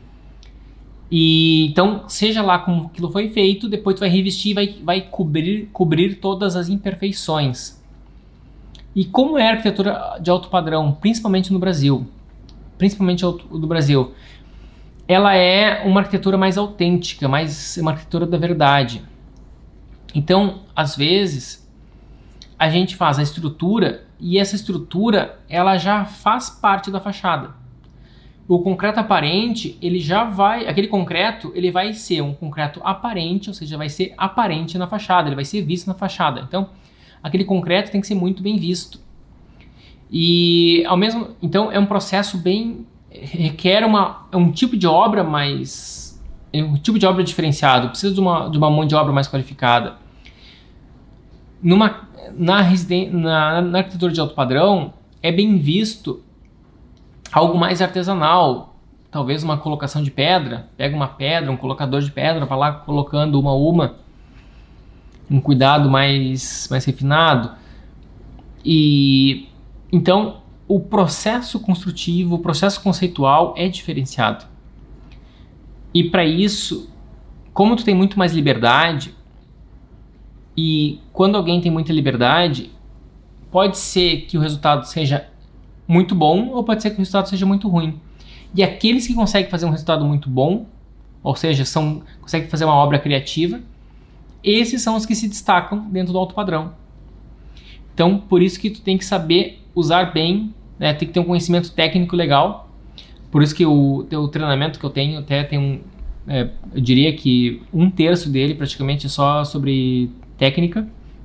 E, então, seja lá como aquilo foi feito, depois tu vai revestir e vai, vai cobrir, cobrir todas as imperfeições. E como é a arquitetura de alto padrão, principalmente no Brasil, principalmente do Brasil, ela é uma arquitetura mais autêntica, mais uma arquitetura da verdade. Então, às vezes, a gente faz a estrutura e essa estrutura ela já faz parte da fachada. O concreto aparente, ele já vai, aquele concreto, ele vai ser um concreto aparente, ou seja, vai ser aparente na fachada, ele vai ser visto na fachada. Então, aquele concreto tem que ser muito bem visto. E ao mesmo, então é um processo bem, requer uma, um tipo de obra mais, um tipo de obra diferenciado, precisa de uma, de uma mão de obra mais qualificada. Numa, na, residen, na, na arquitetura de alto padrão, é bem visto algo mais artesanal, talvez uma colocação de pedra, pega uma pedra, um colocador de pedra para lá colocando uma a uma, um cuidado mais, mais refinado. E então o processo construtivo, o processo conceitual é diferenciado. E para isso, como tu tem muito mais liberdade, e quando alguém tem muita liberdade, pode ser que o resultado seja muito bom ou pode ser que o resultado seja muito ruim. E aqueles que conseguem fazer um resultado muito bom, ou seja, são, conseguem fazer uma obra criativa, esses são os que se destacam dentro do alto padrão. Então, por isso que tu tem que saber usar bem, né? Tem que ter um conhecimento técnico legal. Por isso que o, o treinamento que eu tenho até tem um, é, eu diria que um terço dele praticamente é só sobre técnica.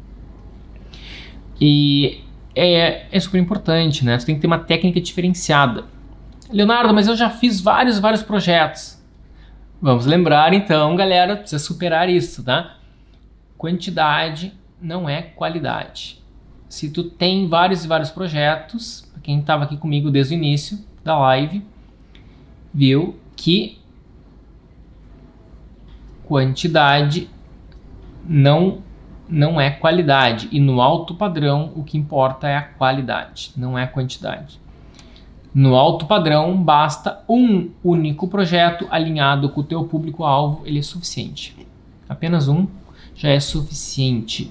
E é, é super importante, né? Tu tem que ter uma técnica diferenciada. Leonardo, mas eu já fiz vários, vários projetos. Vamos lembrar então, galera, precisa superar isso, tá? Quantidade não é qualidade. Se tu tem vários e vários projetos, quem estava aqui comigo desde o início da live, viu que quantidade não, não é qualidade. E no alto padrão o que importa é a qualidade, não é a quantidade. No alto padrão basta um único projeto alinhado com o teu público-alvo, ele é suficiente. Apenas um já é suficiente.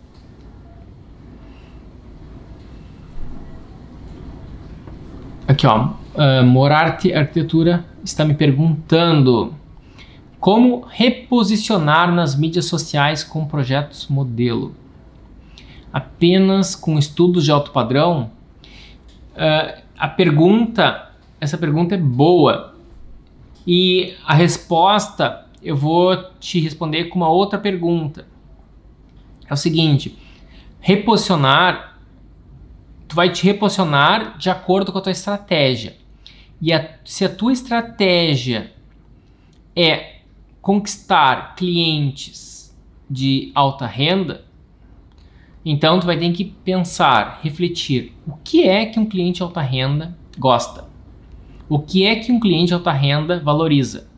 Aqui ó, uh, Morarte Arquitetura está me perguntando como reposicionar nas mídias sociais com projetos modelo. Apenas com estudos de alto padrão? Uh, a pergunta, essa pergunta é boa e a resposta eu vou te responder com uma outra pergunta. É o seguinte, reposicionar, tu vai te reposicionar de acordo com a tua estratégia. E a, se a tua estratégia é conquistar clientes de alta renda, então tu vai ter que pensar, refletir, o que é que um cliente de alta renda gosta? O que é que um cliente de alta renda valoriza?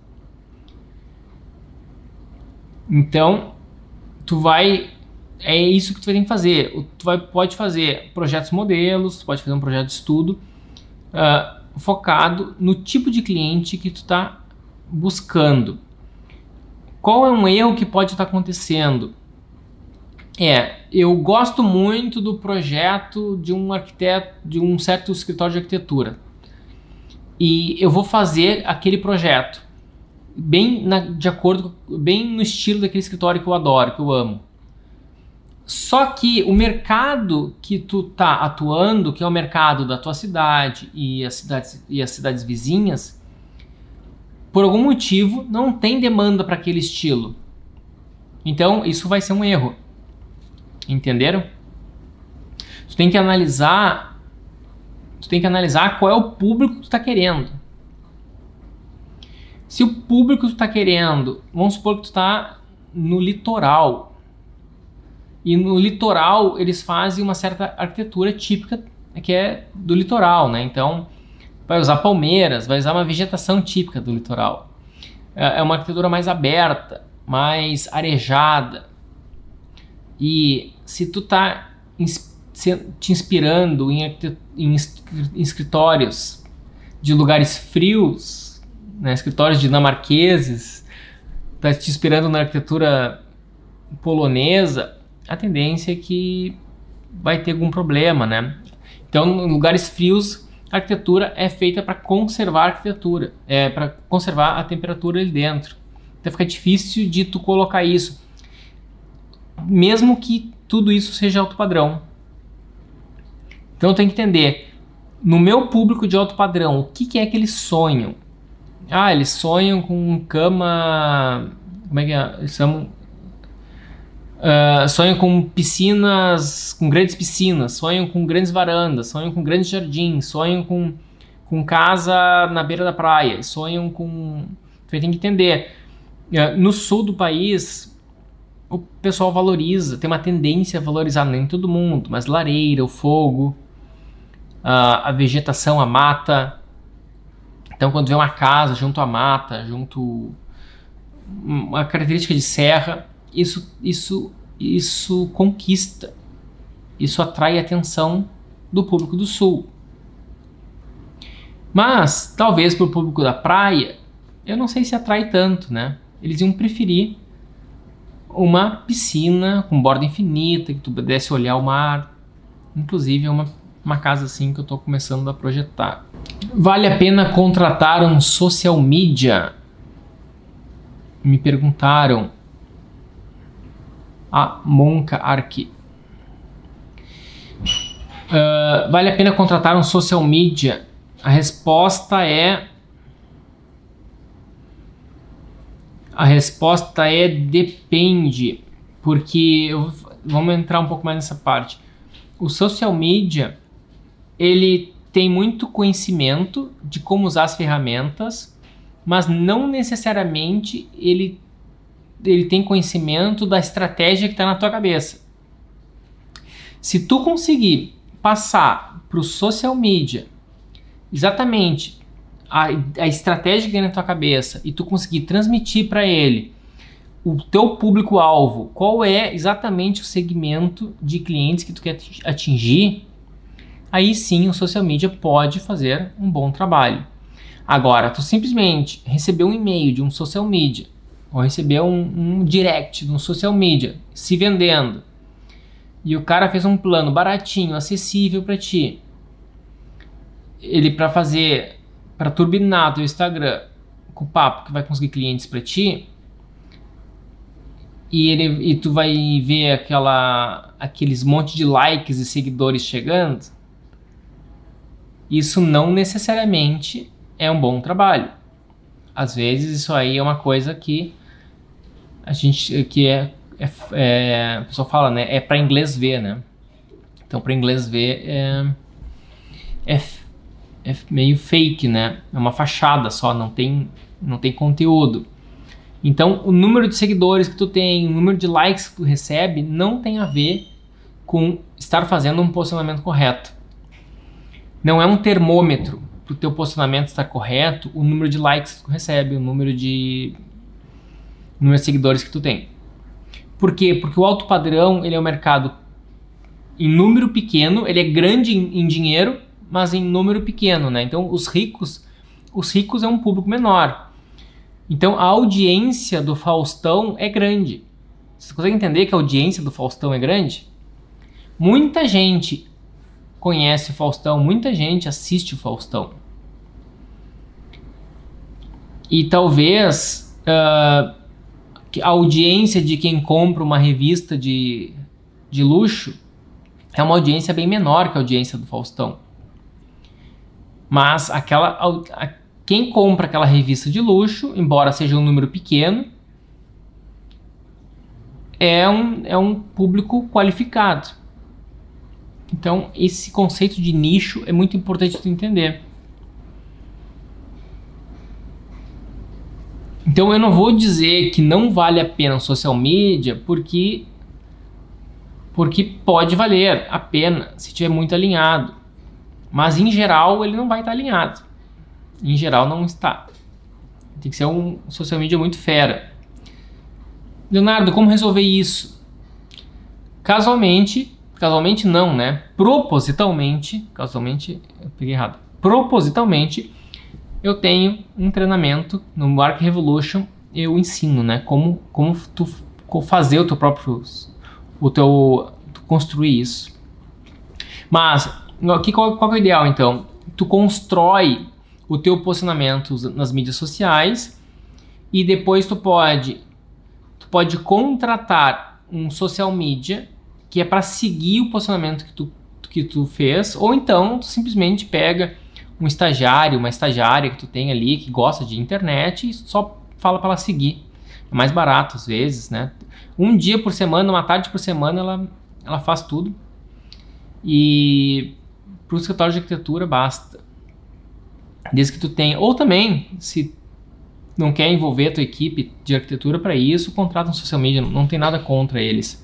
Então, tu vai, é isso que tu vai ter que fazer. Tu vai, pode fazer projetos modelos, tu pode fazer um projeto de estudo uh, focado no tipo de cliente que tu está buscando. Qual é um erro que pode estar acontecendo? É, eu gosto muito do projeto de um arquiteto, de um certo escritório de arquitetura. E eu vou fazer aquele projeto bem na, de acordo, bem no estilo daquele escritório que eu adoro, que eu amo. Só que o mercado que tu tá atuando, que é o mercado da tua cidade e as cidades, e as cidades vizinhas, por algum motivo não tem demanda para aquele estilo. Então isso vai ser um erro. Entenderam? Tu tem que analisar, tu tem que analisar qual é o público que tu tá querendo. Se o público que tu tá querendo, vamos supor que tu tá no litoral, e no litoral eles fazem uma certa arquitetura típica que é do litoral, né? Então vai usar palmeiras, vai usar uma vegetação típica do litoral. É uma arquitetura mais aberta, mais arejada. E se tu tá te inspirando em, em escritórios de lugares frios, né, escritórios dinamarqueses, tá te inspirando na arquitetura polonesa, a tendência é que vai ter algum problema, né? Então, em lugares frios, a arquitetura é feita para conservar a arquitetura, é para conservar a temperatura ali dentro. Então fica difícil de tu colocar isso, mesmo que tudo isso seja alto padrão. Então tem que entender, no meu público de alto padrão, o que, que é que eles sonham? Ah, eles sonham com cama, como é que é? Eles chamam, uh, sonham com piscinas, com grandes piscinas, sonham com grandes varandas, sonham com grandes jardins, sonham com, com casa na beira da praia, sonham com... Você tem que entender, uh, no sul do país, o pessoal valoriza, tem uma tendência a valorizar, nem todo mundo, mas lareira, o fogo, uh, a vegetação, a mata. Então, quando vê uma casa junto à mata, junto uma característica de serra, isso, isso, isso conquista, isso atrai a atenção do público do sul. Mas, talvez para o público da praia, eu não sei se atrai tanto, né? Eles iam preferir uma piscina com borda infinita, que tu pudesse olhar o mar, inclusive uma uma casa assim que eu estou começando a projetar. Vale a pena contratar um social media? Me perguntaram. A Monca Arqui. Uh, vale a pena contratar um social media? A resposta é... A resposta é depende. Porque... Eu, vamos entrar um pouco mais nessa parte. O social media... ele tem muito conhecimento de como usar as ferramentas, mas não necessariamente ele, ele tem conhecimento da estratégia que está na tua cabeça. Se tu conseguir passar para o social media exatamente a, a estratégia que tem na tua cabeça e tu conseguir transmitir para ele o teu público-alvo, qual é exatamente o segmento de clientes que tu quer atingir, aí sim o social media pode fazer um bom trabalho. Agora, tu simplesmente recebeu um e-mail de um social media, ou recebeu um, um direct de um social media, se vendendo, e o cara fez um plano baratinho, acessível para ti, ele para fazer, para turbinar teu Instagram com o papo que vai conseguir clientes para ti, e, ele, e tu vai ver aquela, aqueles monte de likes e seguidores chegando, isso não necessariamente é um bom trabalho. Às vezes isso aí é uma coisa que a gente, que é, é, é a pessoa fala, né, é para inglês ver, né? Então para inglês ver é, é, é meio fake, né? É uma fachada só, não tem, não tem conteúdo. Então o número de seguidores que tu tem, o número de likes que tu recebe não tem a ver com estar fazendo um posicionamento correto. Não é um termômetro para o teu posicionamento estar correto, o número de likes que tu recebe, o número de, o número de seguidores que tu tem. Por quê? Porque o alto padrão, ele é um mercado em número pequeno, ele é grande em, em dinheiro, mas em número pequeno, né? Então os ricos, os ricos é um público menor. Então a audiência do Faustão é grande. Você consegue entender que a audiência do Faustão é grande? Muita gente conhece o Faustão, muita gente assiste o Faustão. E talvez uh, a audiência de quem compra uma revista de de luxo é uma audiência bem menor que a audiência do Faustão. Mas aquela, a, quem compra aquela revista de luxo, embora seja um número pequeno, é um, é um público qualificado. Então, esse conceito de nicho é muito importante tu entender. Então, eu não vou dizer que não vale a pena o social media, porque, porque pode valer a pena se estiver muito alinhado. Mas, em geral, ele não vai estar alinhado. Em geral, não está. Tem que ser um social media muito fera. Leonardo, como resolver isso? Casualmente, casualmente não, né? Propositalmente, casualmente, eu peguei errado. Propositalmente, eu tenho um treinamento no Marketing Revolution, eu ensino, né? Como, como tu fazer o teu próprio, o teu, tu construir isso. Mas, aqui, qual, qual é o ideal, então? Tu constrói o teu posicionamento nas mídias sociais e depois tu pode, tu pode contratar um social media que é para seguir o posicionamento que tu, que tu fez, ou então tu simplesmente pega um estagiário, uma estagiária que tu tem ali que gosta de internet e só fala para ela seguir. É mais barato às vezes, né? Um dia por semana, uma tarde por semana ela, ela faz tudo. E para o escritório de arquitetura basta. Desde que tu tenha, ou também, se não quer envolver a tua equipe de arquitetura para isso, contrata um social media, não tem nada contra eles.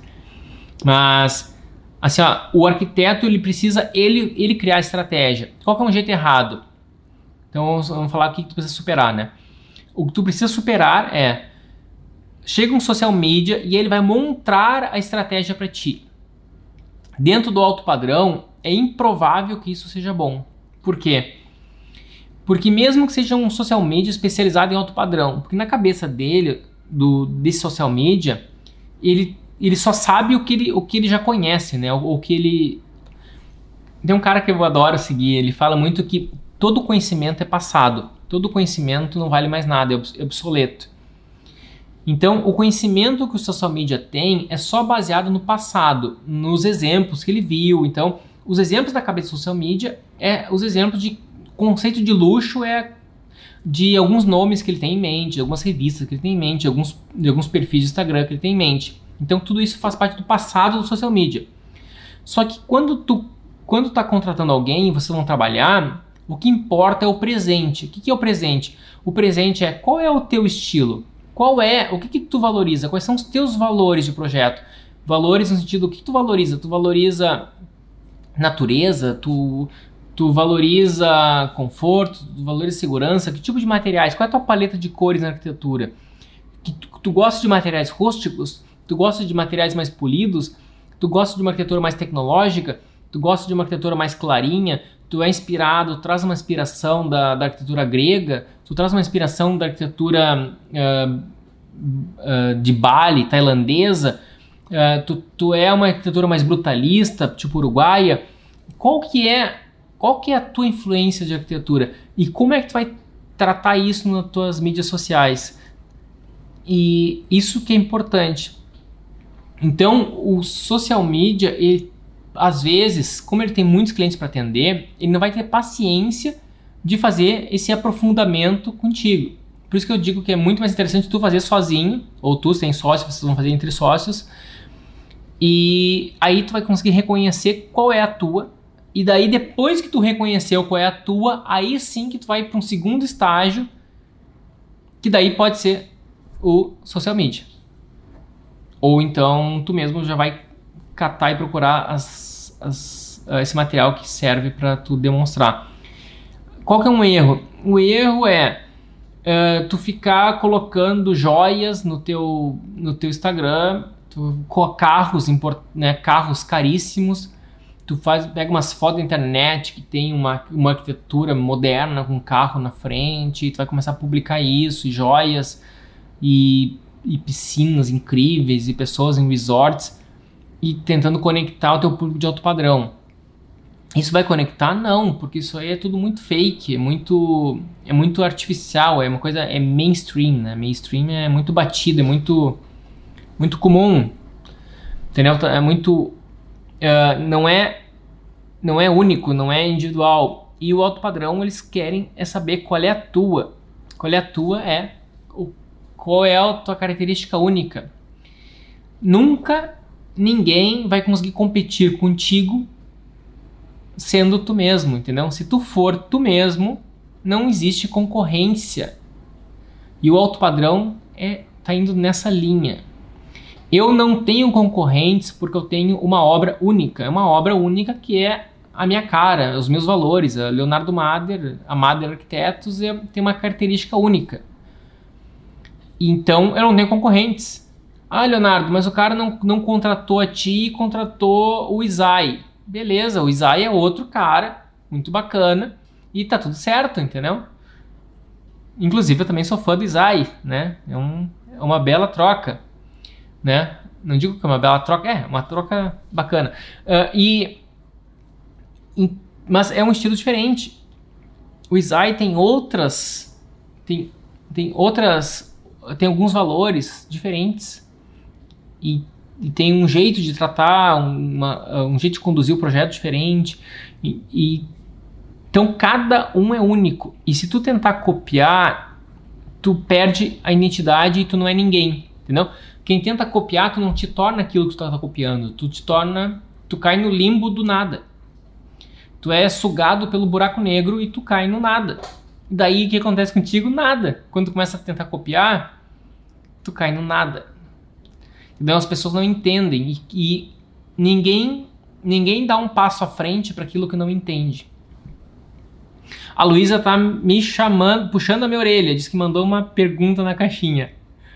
Mas, assim, ó, o arquiteto ele precisa ele, ele criar a estratégia. Qual que é um jeito errado? Então vamos, vamos falar o que tu precisa superar, né? O que tu precisa superar é, chega um social media e ele vai montar a estratégia para ti. Dentro do alto padrão, é improvável que isso seja bom. Por quê? Porque mesmo que seja um social media especializado em alto padrão, porque na cabeça dele, do, desse social media, ele, ele só sabe o que ele, o que ele já conhece, né? O, o que ele... Tem um cara que eu adoro seguir, ele fala muito que todo conhecimento é passado, todo conhecimento não vale mais nada, é obsoleto. Então, o conhecimento que o social media tem é só baseado no passado, nos exemplos que ele viu. Então, os exemplos da cabeça do social media é os exemplos de conceito de luxo, é de alguns nomes que ele tem em mente, de algumas revistas que ele tem em mente, de alguns, de alguns perfis de Instagram que ele tem em mente. Então, tudo isso faz parte do passado do social media. Só que quando tu quando tá contratando alguém e vocês vão trabalhar, o que importa é o presente. O que, que é o presente? O presente é qual é o teu estilo? Qual é, o que, que tu valoriza? Quais são os teus valores de projeto? Valores no sentido, o que tu valoriza? Tu valoriza natureza? Tu, tu valoriza conforto? Tu valoriza segurança? Que tipo de materiais? Qual é a tua paleta de cores na arquitetura? Que tu, tu gosta de materiais rústicos? Tu gosta de materiais mais polidos? Tu gosta de uma arquitetura mais tecnológica? Tu gosta de uma arquitetura mais clarinha? Tu é inspirado, traz uma inspiração da, da arquitetura grega, tu traz uma inspiração da arquitetura uh, uh, de Bali, tailandesa, uh, tu, tu é uma arquitetura mais brutalista, tipo uruguaia. Qual que é, qual que é a tua influência de arquitetura? E como é que tu vai tratar isso nas tuas mídias sociais? E isso que é importante. Então, o social media, ele às vezes, como ele tem muitos clientes para atender, ele não vai ter paciência de fazer esse aprofundamento contigo. Por isso que eu digo que é muito mais interessante tu fazer sozinho, ou tu, se tem sócio, vocês vão fazer entre sócios, e aí tu vai conseguir reconhecer qual é a tua, e daí depois que tu reconheceu qual é a tua, aí sim que tu vai para um segundo estágio, que daí pode ser o social media. Ou então tu mesmo já vai catar e procurar as, as, esse material que serve para tu demonstrar. Qual que é um erro? O erro é uh, tu ficar colocando joias no teu, no teu Instagram, tu, carros, import, né, carros caríssimos, tu faz, pega umas fotos da internet que tem uma, uma arquitetura moderna com carro na frente, tu vai começar a publicar isso, e joias, e, e piscinas incríveis, e pessoas em resorts, e tentando conectar o teu público de alto padrão. Isso vai conectar? Não, porque isso aí é tudo muito fake, é muito, é muito artificial, é uma coisa, é mainstream, né? Mainstream é muito batido, é muito, muito comum, entendeu? É muito uh, não é não é único, não é individual. E o alto padrão, eles querem é saber qual é a tua. Qual é a tua é o, qual é a tua característica única. Nunca ninguém vai conseguir competir contigo sendo tu mesmo, entendeu? Se tu for tu mesmo, não existe concorrência. E o alto padrão é, tá indo nessa linha. Eu não tenho concorrentes porque eu tenho uma obra única. É uma obra única que é a minha cara, os meus valores. A Leonardo Mader, a Mader Arquitetos é, tem uma característica única. Então eu não tenho concorrentes. Ah, Leonardo, mas o cara não, não contratou a ti, contratou o Isai. Beleza, o Isai é outro cara, muito bacana, e tá tudo certo, entendeu? Inclusive eu também sou fã do Isai, né? É, um, é uma bela troca, né? Não digo que é uma bela troca, é uma troca bacana. Uh, e, e, mas é um estilo diferente. O Isai tem outras, tem, tem outras, tem alguns valores diferentes e, e tem um jeito de tratar, uma, um jeito de conduzir o projeto diferente. E, e então cada um é único. E se tu tentar copiar, tu perde a identidade e tu não é ninguém, entendeu? Quem tenta copiar, tu não te torna aquilo que tu tá copiando. Tu te torna, tu cai no limbo do nada. Tu é sugado pelo buraco negro e tu cai no nada. E daí o que acontece contigo? Nada. Quando tu começa a tentar copiar, tu cai no nada. Então as pessoas não entendem e, e ninguém, ninguém dá um passo à frente para aquilo que não entende. A Luísa tá me chamando, puxando a minha orelha, diz que mandou uma pergunta na caixinha.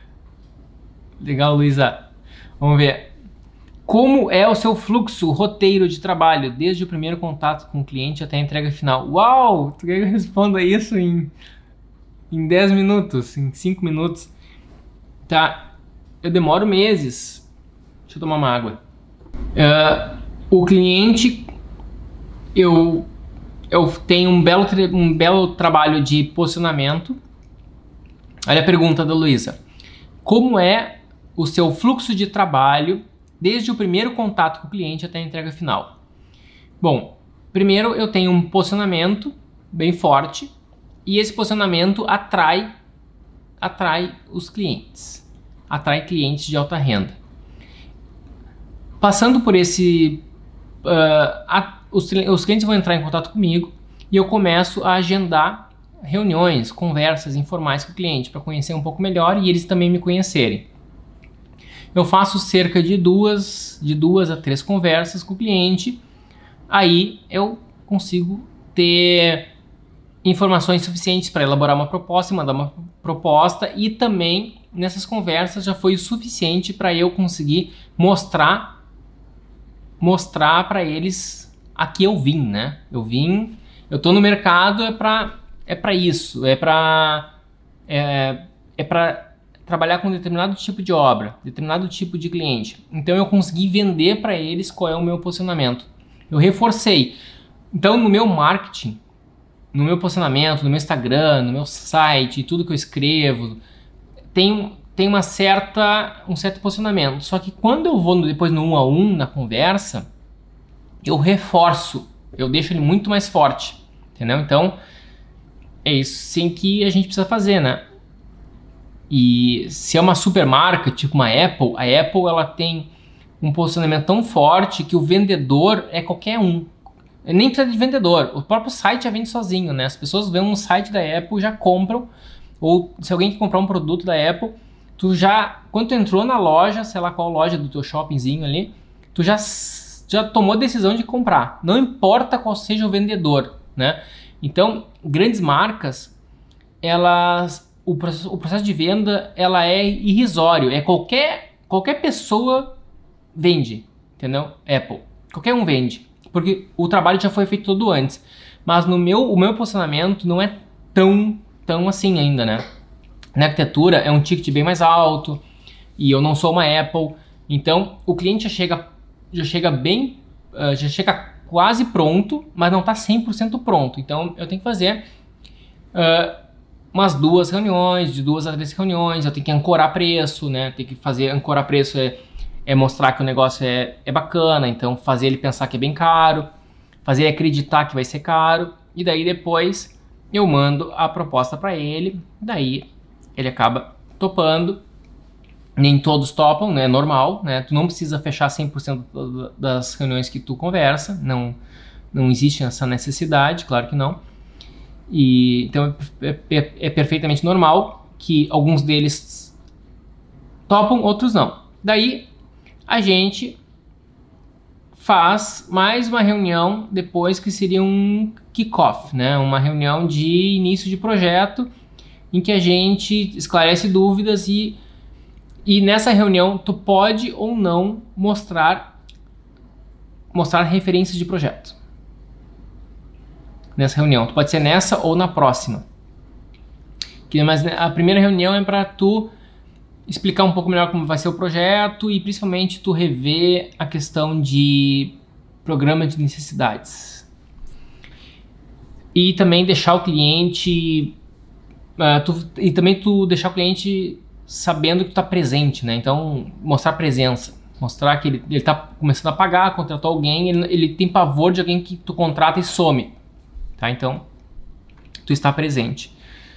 Legal, Luísa. Vamos ver. Como é o seu fluxo, roteiro de trabalho, desde o primeiro contato com o cliente até a entrega final? Uau! Tu quer que eu responda isso em, em dez minutos, em cinco minutos? Tá. Eu demoro meses. Deixa eu tomar uma água. Uh, o cliente, eu, eu tenho um belo, um belo trabalho de posicionamento. Olha a pergunta da Luísa. Como é o seu fluxo de trabalho desde o primeiro contato com o cliente até a entrega final? Bom, primeiro eu tenho um posicionamento bem forte e esse posicionamento atrai, atrai os clientes, atrai clientes de alta renda. Passando por esse, uh, a, os, os clientes vão entrar em contato comigo e eu começo a agendar reuniões, conversas informais com o cliente para conhecer um pouco melhor e eles também me conhecerem. Eu faço cerca de duas, de duas a três conversas com o cliente, aí eu consigo ter informações suficientes para elaborar uma proposta, mandar uma proposta e também nessas conversas já foi o suficiente para eu conseguir mostrar, mostrar para eles a que eu vim, né? Eu vim, eu tô no mercado é para é para isso, é para é, é para trabalhar com determinado tipo de obra, determinado tipo de cliente. Então eu consegui vender para eles qual é o meu posicionamento. Eu reforcei. Então no meu marketing, no meu posicionamento, no meu Instagram, no meu site, tudo que eu escrevo, tem, tem uma certa, um certo posicionamento. Só que quando eu vou depois no um a um, na conversa, eu reforço, eu deixo ele muito mais forte, entendeu? Então é isso sim que a gente precisa fazer, né? E se é uma super marca, tipo uma Apple, a Apple ela tem um posicionamento tão forte que o vendedor é qualquer um. Nem precisa de vendedor, o próprio site já vende sozinho, né? As pessoas vêm no site da Apple, já compram, ou se alguém quer comprar um produto da Apple, tu já, quando tu entrou na loja, sei lá qual loja do teu shoppingzinho ali, tu já, já tomou a decisão de comprar. Não importa qual seja o vendedor, né? Então, grandes marcas, elas... O processo, o processo de venda ela é irrisório, é qualquer, qualquer pessoa vende, entendeu? Apple, qualquer um vende, porque o trabalho já foi feito todo antes, mas no meu, o meu posicionamento não é tão, tão assim ainda, né? Na arquitetura é um ticket bem mais alto e eu não sou uma Apple, então o cliente já chega, já chega bem, uh, já chega quase pronto, mas não está cem por cento pronto, então eu tenho que fazer... Uh, umas duas reuniões, de duas a três reuniões, eu tenho que ancorar preço, né? Tem que fazer, ancorar preço é é mostrar que o negócio é, é bacana, então fazer ele pensar que é bem caro, fazer ele acreditar que vai ser caro, e daí depois eu mando a proposta para ele, daí ele acaba topando. Nem todos topam, né? É normal, né? Tu não precisa fechar cem por cento das reuniões que tu conversa, não, não existe essa necessidade, claro que não. E, então é, é, é perfeitamente normal que alguns deles topam, outros não. Daí a gente faz mais uma reunião depois, que seria um kick-off, né? Uma reunião de início de projeto em que a gente esclarece dúvidas e E nessa reunião tu pode ou não mostrar mostrar referências de projeto. Nessa reunião, tu pode ser nessa ou na próxima. Que, mas a primeira reunião é para tu explicar um pouco melhor como vai ser o projeto e principalmente tu rever a questão de programa de necessidades. E também deixar o cliente uh, tu, e também tu deixar o cliente sabendo que tu tá presente, né? Então, mostrar presença. Mostrar que ele, ele tá começando a pagar, contratou alguém, ele, ele tem pavor de alguém que tu contrata e some. Tá? Então, tu está presente.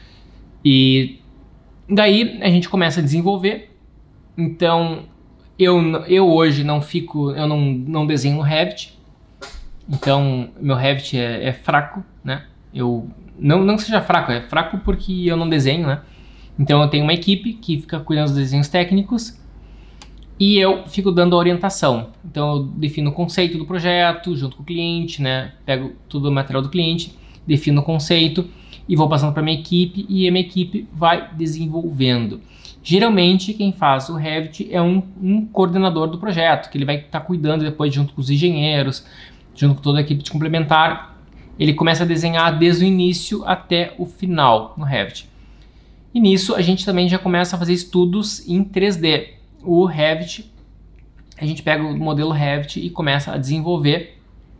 E daí a gente começa a desenvolver. Então, eu, eu hoje não fico, eu não, não desenho no Revit. Então, meu Revit é, é fraco, né? Eu, não, não que seja fraco, é fraco porque eu não desenho, né? Então eu tenho uma equipe que fica cuidando dos desenhos técnicos e eu fico dando a orientação. Então eu defino o conceito do projeto junto com o cliente, né? Pego todo o material do cliente, defino o conceito e vou passando para minha equipe e a minha equipe vai desenvolvendo. Geralmente quem faz o Revit é um, um coordenador do projeto, que ele vai estar tá cuidando depois junto com os engenheiros, junto com toda a equipe de complementar. Ele começa a desenhar desde o início até o final no Revit. E nisso a gente também já começa a fazer estudos em três D. O Revit, a gente pega o modelo Revit e começa a desenvolver.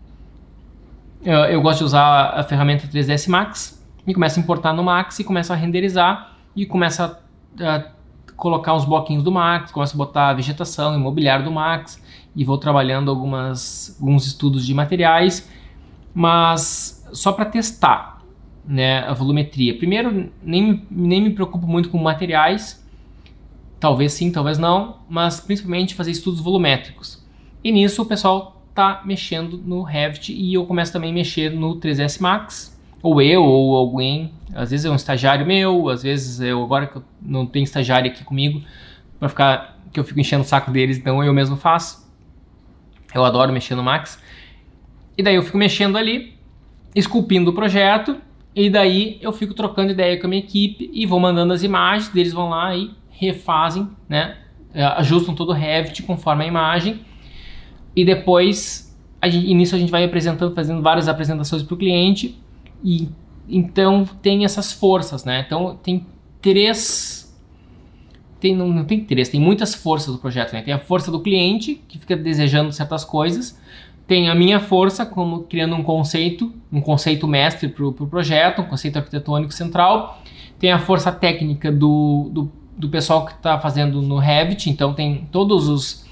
Eu, eu gosto de usar a ferramenta três D S Max e começa a importar no Max e começa a renderizar e começa a, a colocar os bloquinhos do Max, começa a botar a vegetação, imobiliário do Max e vou trabalhando algumas, alguns estudos de materiais, mas só para testar, né, a volumetria. Primeiro, nem, nem me preocupo muito com materiais, talvez sim, talvez não, mas principalmente fazer estudos volumétricos. E nisso o pessoal tá mexendo no Revit e eu começo também a mexer no três D S Max, ou eu, ou alguém, às vezes é um estagiário meu, às vezes eu, agora que eu não tenho estagiário aqui comigo, para ficar, que eu fico enchendo o saco deles, então eu mesmo faço. Eu adoro mexer no Max. E daí eu fico mexendo ali, esculpindo o projeto, e daí eu fico trocando ideia com a minha equipe e vou mandando as imagens, eles vão lá e refazem, né? Ajustam todo o Revit conforme a imagem. E depois, a gente, e nisso a gente vai apresentando, fazendo várias apresentações para o cliente. E então tem essas forças, né? Então tem três... Tem, não, não tem três, tem muitas forças do projeto, né? Tem a força do cliente, que fica desejando certas coisas. Tem a minha força, como criando um conceito, um conceito mestre para o pro projeto, um conceito arquitetônico central. Tem a força técnica do, do, do pessoal que está fazendo no Revit, então tem todos os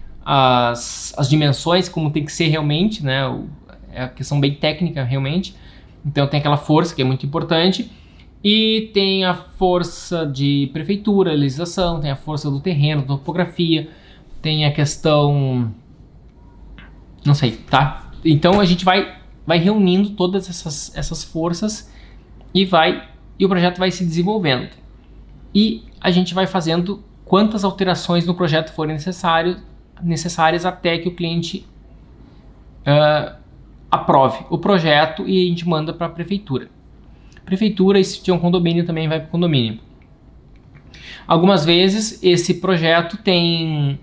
as, as dimensões, como tem que ser realmente, né? O, é a questão bem técnica realmente. Então tem aquela força que é muito importante. E tem a força de prefeitura, legislação, tem a força do terreno, topografia, tem a questão... Não sei, tá? Então a gente vai, vai reunindo todas essas, essas forças e vai e o projeto vai se desenvolvendo. E a gente vai fazendo quantas alterações no projeto forem necessário, necessárias até que o cliente uh, aprove o projeto e a gente manda para a prefeitura. Prefeitura, e se tiver um condomínio, também vai para o condomínio. Algumas vezes esse projeto tem...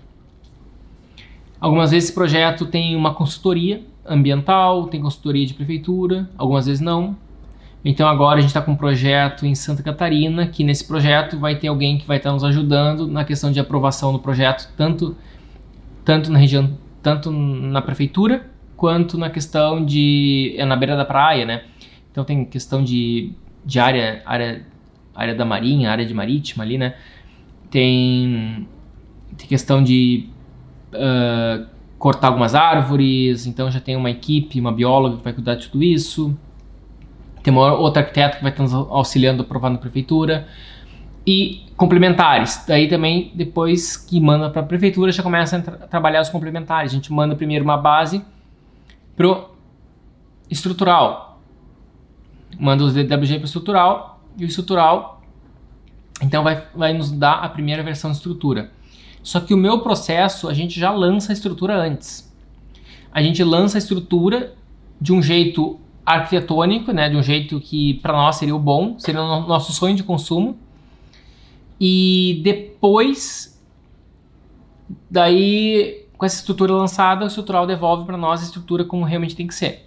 Algumas vezes esse projeto tem uma consultoria ambiental, tem consultoria de prefeitura, algumas vezes não. Então agora a gente está com um projeto em Santa Catarina, que nesse projeto vai ter alguém que vai estar nos ajudando na questão de aprovação do projeto, tanto, tanto na região, tanto na prefeitura, quanto na questão de... é na beira da praia, né? Então tem questão de, de área, área, área da marinha, área de marítima ali, né? Tem, tem questão de uh, cortar algumas árvores, então já tem uma equipe, uma bióloga que vai cuidar de tudo isso. Tem uma outra arquiteta que vai estar nos auxiliando a aprovar na prefeitura. E complementares. Daí também, depois que manda para a prefeitura, já começa a tra trabalhar os complementares. A gente manda primeiro uma base pro estrutural. Manda os D W G para o estrutural. E o estrutural, então, vai, vai nos dar a primeira versão de estrutura. Só que o meu processo, a gente já lança a estrutura antes. A gente lança a estrutura de um jeito arquitetônico, né? De um jeito que para nós seria o bom, seria o nosso sonho de consumo. E depois, daí, com essa estrutura lançada, o estrutural devolve para nós a estrutura como realmente tem que ser.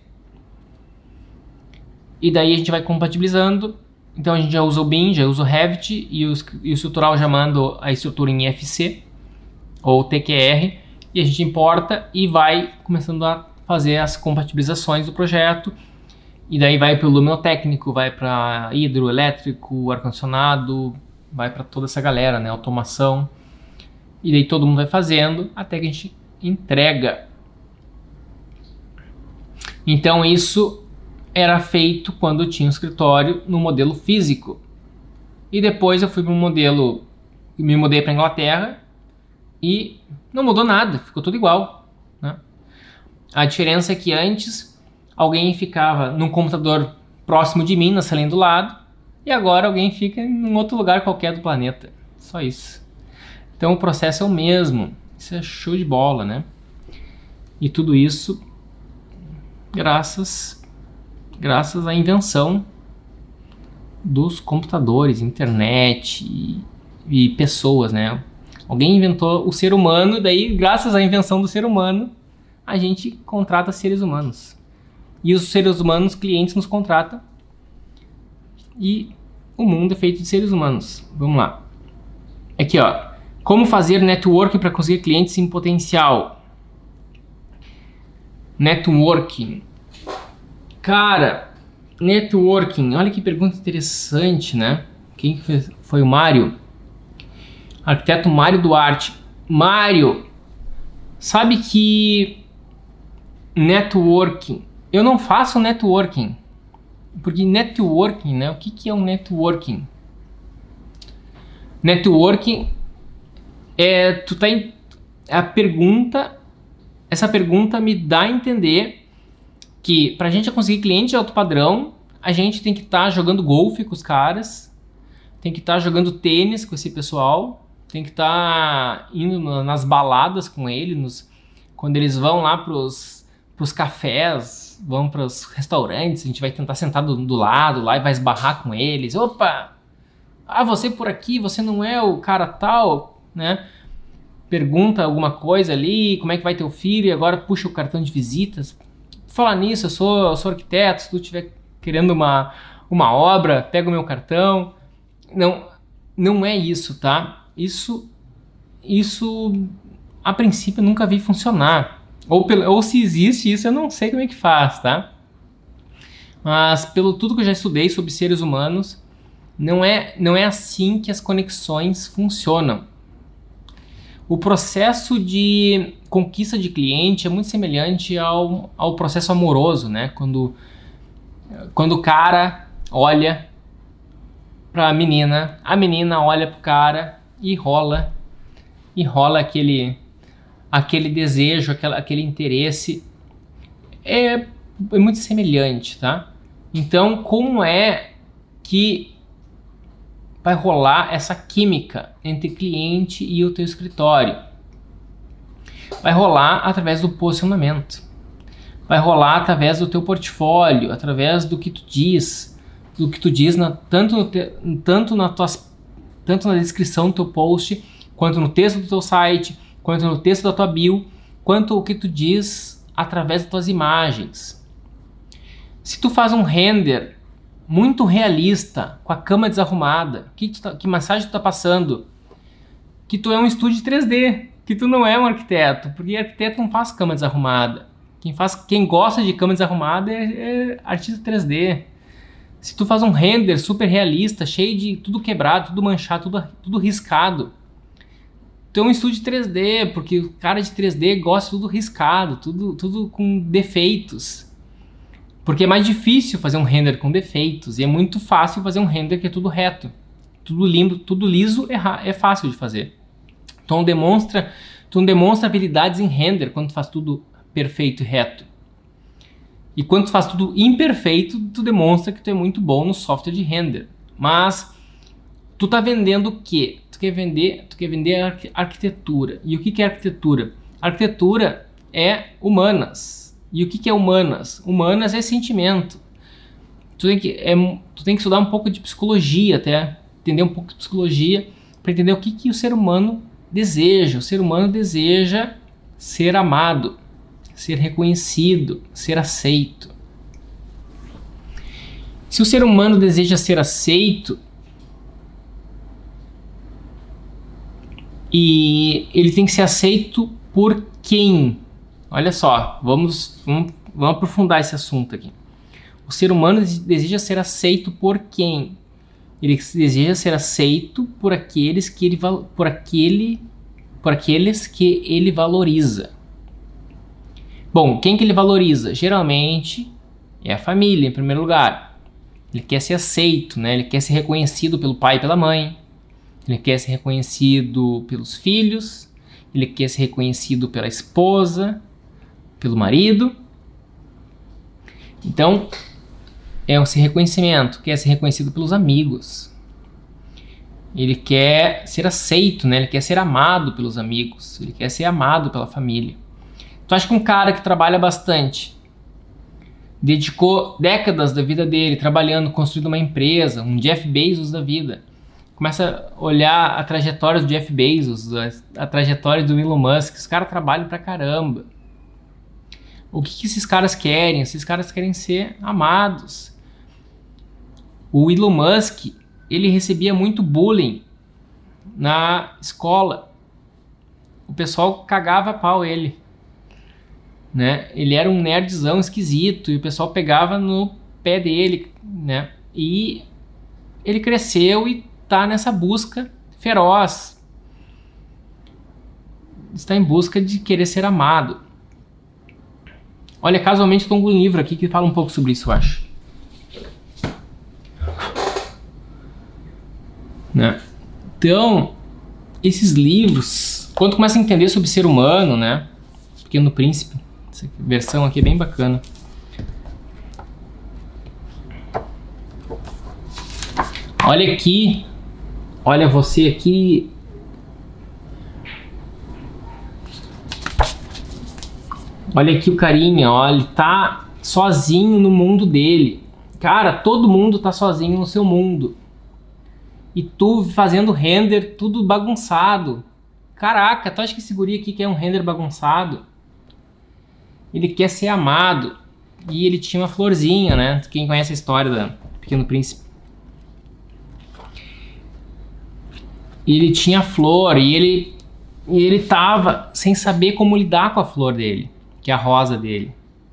E daí a gente vai compatibilizando. Então a gente já usa o B I M, já usa o Revit, e o, e o estrutural já manda a estrutura em I F C ou T Q R, e a gente importa e vai começando a fazer as compatibilizações do projeto. E daí vai para o luminotécnico, vai para hidroelétrico, ar-condicionado, vai para toda essa galera, né? Automação. E daí todo mundo vai fazendo até que a gente entrega. Então isso era feito quando eu tinha um escritório no modelo físico. E depois eu fui para um modelo, me mudei para a Inglaterra e não mudou nada, ficou tudo igual, né? A diferença é que antes alguém ficava num computador próximo de mim, na salinha do lado, e agora alguém fica em outro lugar qualquer do planeta. Só isso. Então o processo é o mesmo. Isso é show de bola, né? E tudo isso graças, graças à invenção dos computadores, internet e, e pessoas, né? Alguém inventou o ser humano, e daí, graças à invenção do ser humano, a gente contrata seres humanos. E os seres humanos, clientes, nos contratam. E o mundo é feito de seres humanos. Vamos lá. Aqui, ó. Como fazer networking para conseguir clientes em potencial. Networking. Cara, networking. Olha que pergunta interessante, né? Quem fez? Foi o Mário. Arquiteto Mário Duarte. Mário, sabe que networking... Eu não faço networking. Porque networking, né? O que, que é um networking? Networking é... Tu tá em, a pergunta... Essa pergunta me dá a entender que pra gente conseguir cliente de alto padrão, a gente tem que estar tá jogando golfe com os caras, tem que estar tá jogando tênis com esse pessoal, tem que estar tá indo nas baladas com eles, nos, quando eles vão lá pros, pros cafés, vão para os restaurantes, a gente vai tentar sentar do, do lado lá e vai esbarrar com eles. Opa! Ah, você por aqui, você não é o cara tal, né? Pergunta alguma coisa ali, como é que vai teu filho, e agora puxa o cartão de visitas. Falar nisso, eu sou, eu sou arquiteto, se tu estiver querendo uma, uma obra, pega o meu cartão. Não, não é isso, tá? Isso, isso a princípio eu nunca vi funcionar. Ou, pelo, ou se existe isso, eu não sei como é que faz, tá? Mas pelo tudo que eu já estudei sobre seres humanos, não é, não é assim que as conexões funcionam. O processo de conquista de cliente é muito semelhante ao, ao processo amoroso, né? Quando, quando o cara olha para a menina, a menina olha para o cara e rola, e rola aquele... aquele desejo, aquela, aquele interesse, é, é muito semelhante, tá? Então, como é que vai rolar essa química entre cliente e o teu escritório? Vai rolar através do posicionamento, vai rolar através do teu portfólio, através do que tu diz, do que tu diz na, tanto, no te, tanto, na tuas, tanto na descrição do teu post, quanto no texto do teu site, quanto no texto da tua bio, quanto o que tu diz através das tuas imagens. Se tu faz um render muito realista, com a cama desarrumada, que, tu tá, que mensagem tu tá passando? Que tu é um estúdio três D, que tu não é um arquiteto, porque arquiteto não faz cama desarrumada. Quem, faz, quem gosta de cama desarrumada é, é artista três D. Se tu faz um render super realista, cheio de tudo quebrado, tudo manchado, tudo, tudo riscado, tu é um estúdio três D, porque o cara de três D gosta de tudo riscado, tudo, tudo com defeitos. Porque é mais difícil fazer um render com defeitos e é muito fácil fazer um render que é tudo reto. Tudo limpo, tudo liso é, é fácil de fazer. Então demonstra, tu não demonstra habilidades em render quando tu faz tudo perfeito e reto. E quando tu faz tudo imperfeito, tu demonstra que tu é muito bom no software de render. Mas tu tá vendendo o quê? Tu quer vender, tu quer vender arqu arquitetura. E o que, que é arquitetura? Arquitetura é humanas. E o que, que é humanas? Humanas é sentimento. Tu tem que, é, tu tem que estudar um pouco de psicologia até, entender um pouco de psicologia, para entender o que, que o ser humano deseja. O ser humano deseja ser amado, ser reconhecido, ser aceito. Se o ser humano deseja ser aceito e ele tem que ser aceito por quem? Olha só, vamos, vamos, vamos aprofundar esse assunto aqui. O ser humano deseja ser aceito por quem? Ele deseja ser aceito por aqueles que ele, por aquele, por aqueles que ele valoriza. Bom, quem que ele valoriza? Geralmente é a família, em primeiro lugar. Ele quer ser aceito, né? Ele quer ser reconhecido pelo pai e pela mãe. Ele quer ser reconhecido pelos filhos. Ele quer ser reconhecido pela esposa, pelo marido. Então, é esse reconhecimento. Quer ser reconhecido pelos amigos. Ele quer ser aceito, né? Ele quer ser amado pelos amigos. Ele quer ser amado pela família. Tu acha que um cara que trabalha bastante, dedicou décadas da vida dele trabalhando, construindo uma empresa, um Jeff Bezos da vida, começa a olhar a trajetória do Jeff Bezos, a, a trajetória do Elon Musk, os caras trabalham pra caramba. O que, que esses caras querem? Esses caras querem ser amados. O Elon Musk, ele recebia muito bullying na escola. O pessoal cagava a pau ele. Né? Ele era um nerdzão esquisito e o pessoal pegava no pé dele, né? E ele cresceu e tá nessa busca feroz. Está em busca de querer ser amado. Olha, casualmente estou com um livro aqui que fala um pouco sobre isso, eu acho. Né? Então, esses livros, quando começa a entender sobre o ser humano, né? Pequeno Príncipe, essa versão aqui é bem bacana. Olha aqui, olha você aqui. Olha aqui o carinha, ó, ele tá sozinho no mundo dele. Cara, todo mundo tá sozinho no seu mundo. E tu fazendo render tudo bagunçado. Caraca, tu acha que esse guri aqui quer um render bagunçado? Ele quer ser amado. E ele tinha uma florzinha, né? Quem conhece a história do Pequeno Príncipe. Ele tinha flor e ele, e ele tava sem saber como lidar com a flor dele, que é a rosa dele.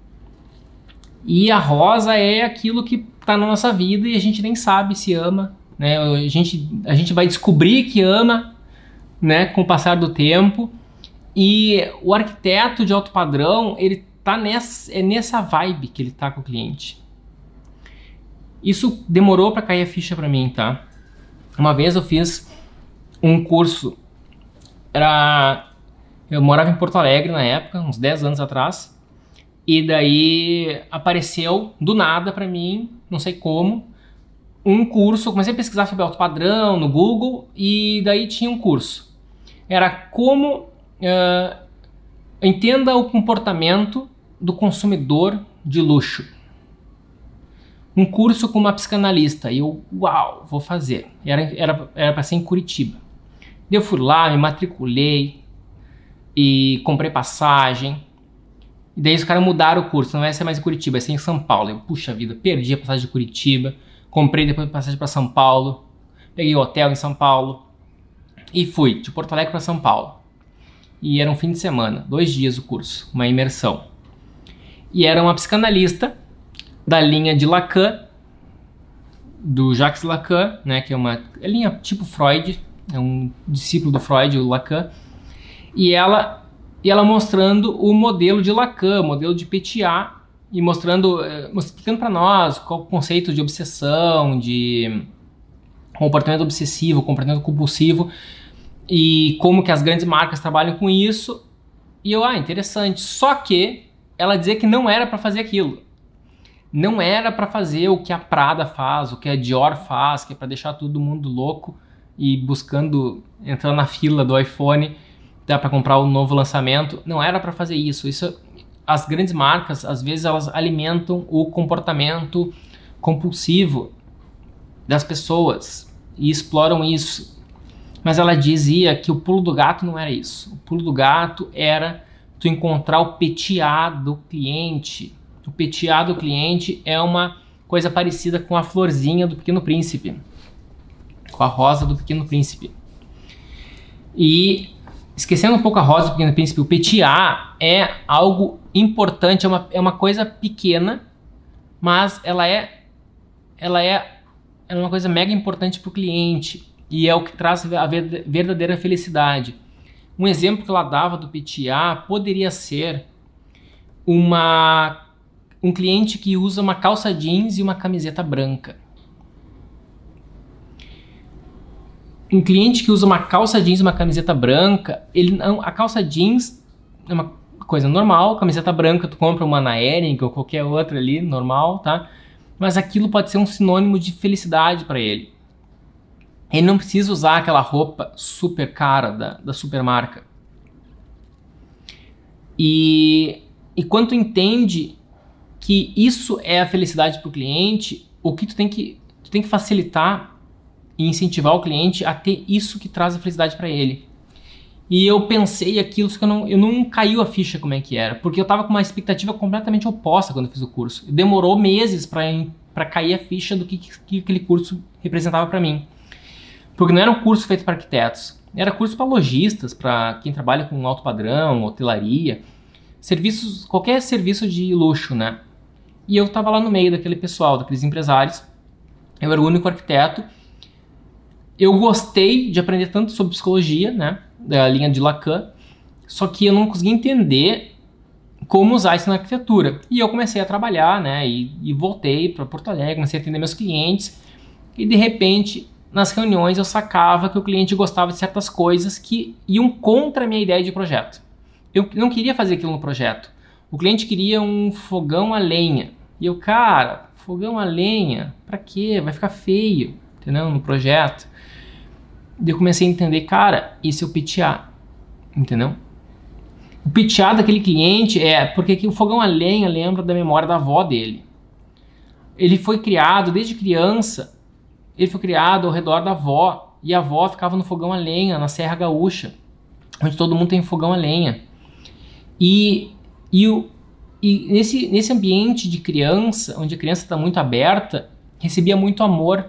E a rosa é aquilo que tá na nossa vida e a gente nem sabe se ama, né? A gente, a gente vai descobrir que ama, né, com o passar do tempo. E o arquiteto de alto padrão, ele tá nessa, é nessa vibe que ele tá com o cliente. Isso demorou para cair a ficha para mim, tá? Uma vez eu fiz um curso, era, eu morava em Porto Alegre na época, uns dez anos atrás, e daí apareceu do nada para mim, não sei como, um curso. Eu comecei a pesquisar sobre alto padrão no Google e daí tinha um curso. Era como uh, entenda o comportamento do consumidor de luxo. Um curso com uma psicanalista. E eu, uau, vou fazer. Era era era para ser em Curitiba. Eu fui lá, me matriculei e comprei passagem. E daí os caras mudaram o curso. Não vai ser mais em Curitiba, vai ser em São Paulo. Eu, puxa vida, perdi a passagem de Curitiba. Comprei depois a passagem para São Paulo. Peguei hotel em São Paulo. E fui de Porto Alegre para São Paulo. E era um fim de semana, dois dias o curso, uma imersão. E era uma psicanalista da linha de Lacan, do Jacques Lacan, né, que é uma é linha tipo Freud, é um discípulo do Freud, o Lacan. E ela, e ela mostrando o modelo de Lacan, o modelo de Pétion, e mostrando, explicando para nós qual o conceito de obsessão, de comportamento obsessivo, comportamento compulsivo, e como que as grandes marcas trabalham com isso. E eu, ah, interessante. Só que ela dizia que não era para fazer aquilo. Não era para fazer o que a Prada faz, o que a Dior faz, que é para deixar todo mundo louco e buscando, entrando na fila do iPhone, dá para comprar o novo lançamento. Não era para fazer isso. Isso, as grandes marcas, às vezes, elas alimentam o comportamento compulsivo das pessoas e exploram isso. Mas ela dizia que o pulo do gato não era isso. O pulo do gato era tu encontrar o Pétion do cliente. O Pétion do cliente é uma coisa parecida com a florzinha do Pequeno Príncipe, com a rosa do Pequeno Príncipe. E esquecendo um pouco a rosa do Pequeno Príncipe, o Pétion é algo importante, é uma, é uma coisa pequena, mas ela é, ela é, é uma coisa mega importante para o cliente. E é o que traz a verdadeira felicidade. Um exemplo que ela dava do Pétion poderia ser uma, um cliente que usa uma calça jeans e uma camiseta branca. Um cliente que usa uma calça jeans e uma camiseta branca, ele não, a calça jeans é uma coisa normal, camiseta branca tu compra uma na Hering ou qualquer outra ali, normal, tá? Mas aquilo pode ser um sinônimo de felicidade para ele. Ele não precisa usar aquela roupa super cara da, da supermarca. E, e quando tu entende que isso é a felicidade para o cliente, o que tu tem que, tu tem que facilitar e incentivar o cliente a ter isso que traz a felicidade para ele. E eu pensei aquilo, só que eu não, eu não caiu a ficha como é que era, porque eu estava com uma expectativa completamente oposta quando eu fiz o curso. Demorou meses para cair a ficha do que, que aquele curso representava para mim. Porque não era um curso feito para arquitetos, era curso para lojistas, para quem trabalha com alto padrão, hotelaria, serviços, qualquer serviço de luxo, né? E eu estava lá no meio daquele pessoal, daqueles empresários, eu era o único arquiteto. Eu gostei de aprender tanto sobre psicologia, né, da linha de Lacan, só que eu não conseguia entender como usar isso na arquitetura. E eu comecei a trabalhar, né, e, e voltei para Porto Alegre, comecei a atender meus clientes, e de repente nas reuniões eu sacava que o cliente gostava de certas coisas que iam contra a minha ideia de projeto. Eu não queria fazer aquilo no projeto. O cliente queria um fogão a lenha. E eu, cara, fogão a lenha, pra quê? Vai ficar feio, entendeu? No projeto. E eu comecei a entender, cara, esse é o Pétion, entendeu? O Pétion daquele cliente é porque o fogão a lenha lembra da memória da avó dele. Ele foi criado desde criança. Ele foi criado ao redor da avó, e a avó ficava no fogão a lenha, na Serra Gaúcha, onde todo mundo tem fogão a lenha. E, e, o, e nesse, nesse ambiente de criança, onde a criança está muito aberta, recebia muito amor.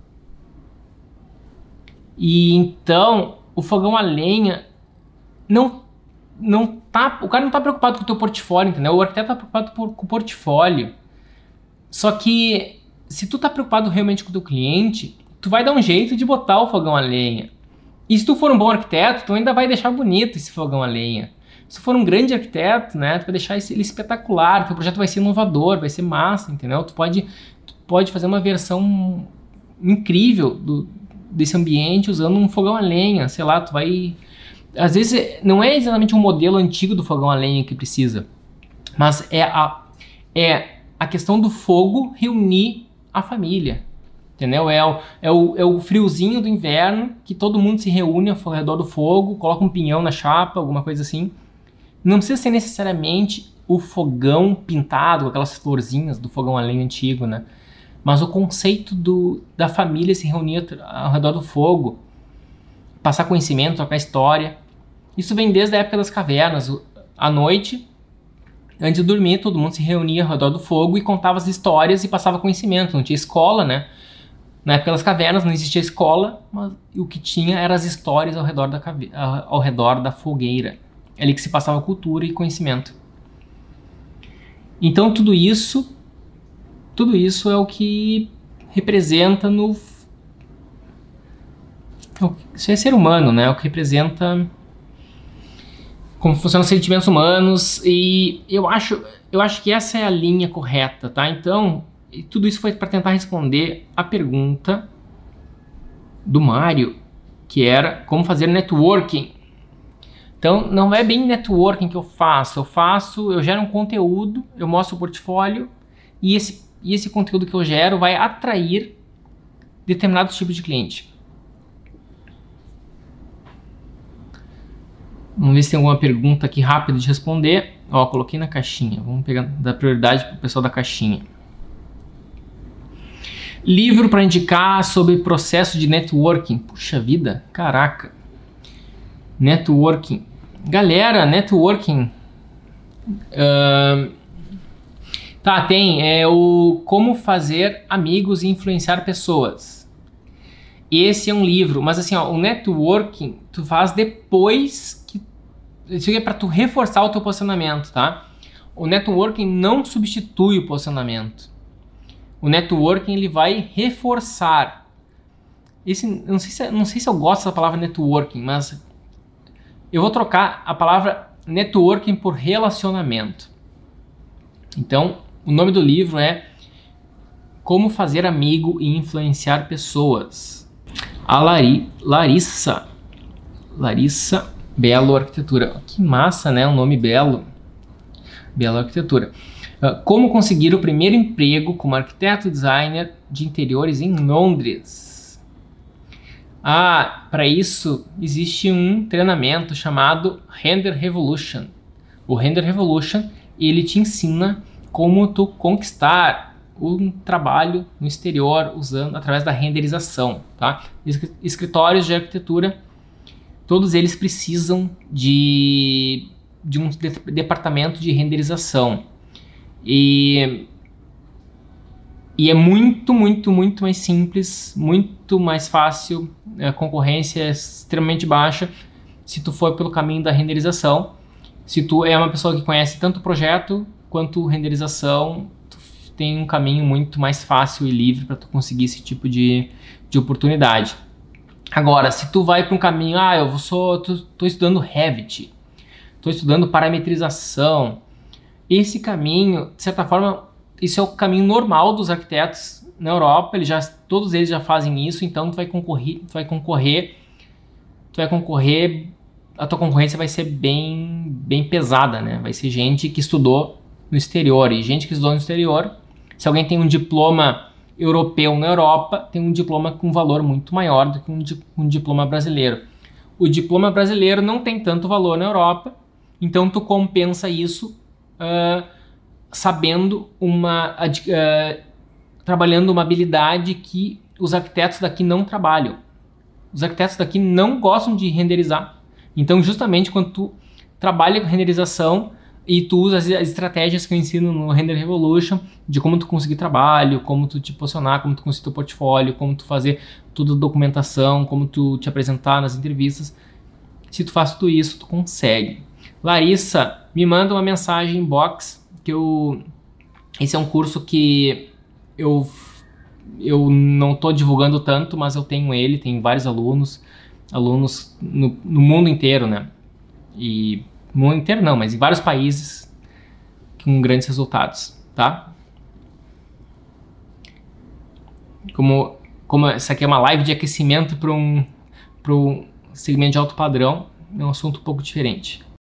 E então, o fogão a lenha, não, não tá, o cara não está preocupado com o teu portfólio, entendeu? O arquiteto está preocupado por, com o portfólio. Só que se tu tá preocupado realmente com o teu cliente, tu vai dar um jeito de botar o fogão a lenha. E se tu for um bom arquiteto, tu ainda vai deixar bonito esse fogão a lenha. Se tu for um grande arquiteto, né, tu vai deixar ele espetacular, teu projeto vai ser inovador, vai ser massa, entendeu? Tu pode, tu pode fazer uma versão incrível do, desse ambiente usando um fogão a lenha, sei lá, tu vai... Às vezes não é exatamente um modelo antigo do fogão a lenha que precisa, mas é a, é a questão do fogo reunir a família, entendeu? É o, é, o, é o friozinho do inverno, que todo mundo se reúne ao redor do fogo, coloca um pinhão na chapa, alguma coisa assim. Não precisa ser necessariamente o fogão pintado, com aquelas florzinhas do fogão a lenha antigo, né? Mas o conceito do, da família se reunir ao redor do fogo, passar conhecimento, trocar história. Isso vem desde a época das cavernas. À noite, antes de dormir, todo mundo se reunia ao redor do fogo e contava as histórias e passava conhecimento. Não tinha escola, né? Na época das cavernas não existia escola, mas o que tinha eram as histórias ao redor da, cave... ao redor da fogueira. É ali que se passava cultura e conhecimento. Então tudo isso, tudo isso é o que representa no... Isso é ser humano, né? É o que representa como funcionam os sentimentos humanos, e eu acho, eu acho que essa é a linha correta, tá? Então, tudo isso foi para tentar responder a pergunta do Mário, que era como fazer networking. Então, não é bem networking que eu faço, eu faço, eu gero um conteúdo, eu mostro o portfólio, e esse, e esse conteúdo que eu gero vai atrair determinados tipos de cliente. Vamos ver se tem alguma pergunta aqui rápida de responder. Ó, coloquei na caixinha. Vamos pegar, dar prioridade para o pessoal da caixinha. Livro para indicar sobre processo de networking. Puxa vida, caraca. Networking. Galera, networking. Uh, tá, tem. É o Como Fazer Amigos e Influenciar Pessoas. Esse é um livro, mas assim, ó, o networking tu faz depois que... Isso é para tu reforçar o teu posicionamento, tá? O networking não substitui o posicionamento. O networking, ele vai reforçar. Esse, não, sei se, não sei se eu gosto da palavra networking, mas eu vou trocar a palavra networking por relacionamento. Então, o nome do livro é Como Fazer Amigo e Influenciar Pessoas. A Lari, Larissa. Larissa Belo Arquitetura. Que massa, né? Um nome belo. Belo Arquitetura. Uh, como conseguir o primeiro emprego como arquiteto designer de interiores em Londres. Ah, para isso existe um treinamento chamado Render Revolution. O Render Revolution, ele te ensina como tu conquistar um trabalho no exterior usando através da renderização, tá? Escritórios de arquitetura, todos eles precisam de, de um de, departamento de renderização. E, e é muito, muito, muito mais simples, muito mais fácil, a concorrência é extremamente baixa se tu for pelo caminho da renderização. Se tu é uma pessoa que conhece tanto o projeto quanto renderização, tu tem um caminho muito mais fácil e livre para tu conseguir esse tipo de, de oportunidade. Agora, se tu vai para um caminho, ah, eu sou, tô, tô estudando Revit, tô estudando parametrização, esse caminho, de certa forma, isso é o caminho normal dos arquitetos na Europa, eles já, todos eles já fazem isso, então tu vai concorrer, tu vai concorrer, tu vai concorrer, a tua concorrência vai ser bem, bem pesada, né? Vai ser gente que estudou no exterior, e gente que estudou no exterior, se alguém tem um diploma europeu na Europa, tem um diploma com valor muito maior do que um, um diploma brasileiro. O diploma brasileiro não tem tanto valor na Europa, então tu compensa isso Uh, sabendo uma uh, trabalhando uma habilidade que os arquitetos daqui não trabalham. Os arquitetos daqui não gostam de renderizar. Então, justamente quando tu trabalha com renderização e tu usa as, as estratégias que eu ensino no Render Revolution, de como tu conseguir trabalho, como tu te posicionar, como tu conseguir teu portfólio, como tu fazer toda a documentação, como tu te apresentar nas entrevistas, se tu faz tudo isso, tu consegue. Larissa, me manda uma mensagem inbox, que eu... Esse é um curso que eu, eu não estou divulgando tanto, mas eu tenho ele, tem vários alunos, alunos no, no mundo inteiro, né? E no mundo inteiro não, mas em vários países com grandes resultados, tá? Como, como essa aqui é uma live de aquecimento para um, para um segmento de alto padrão, é um assunto um pouco diferente.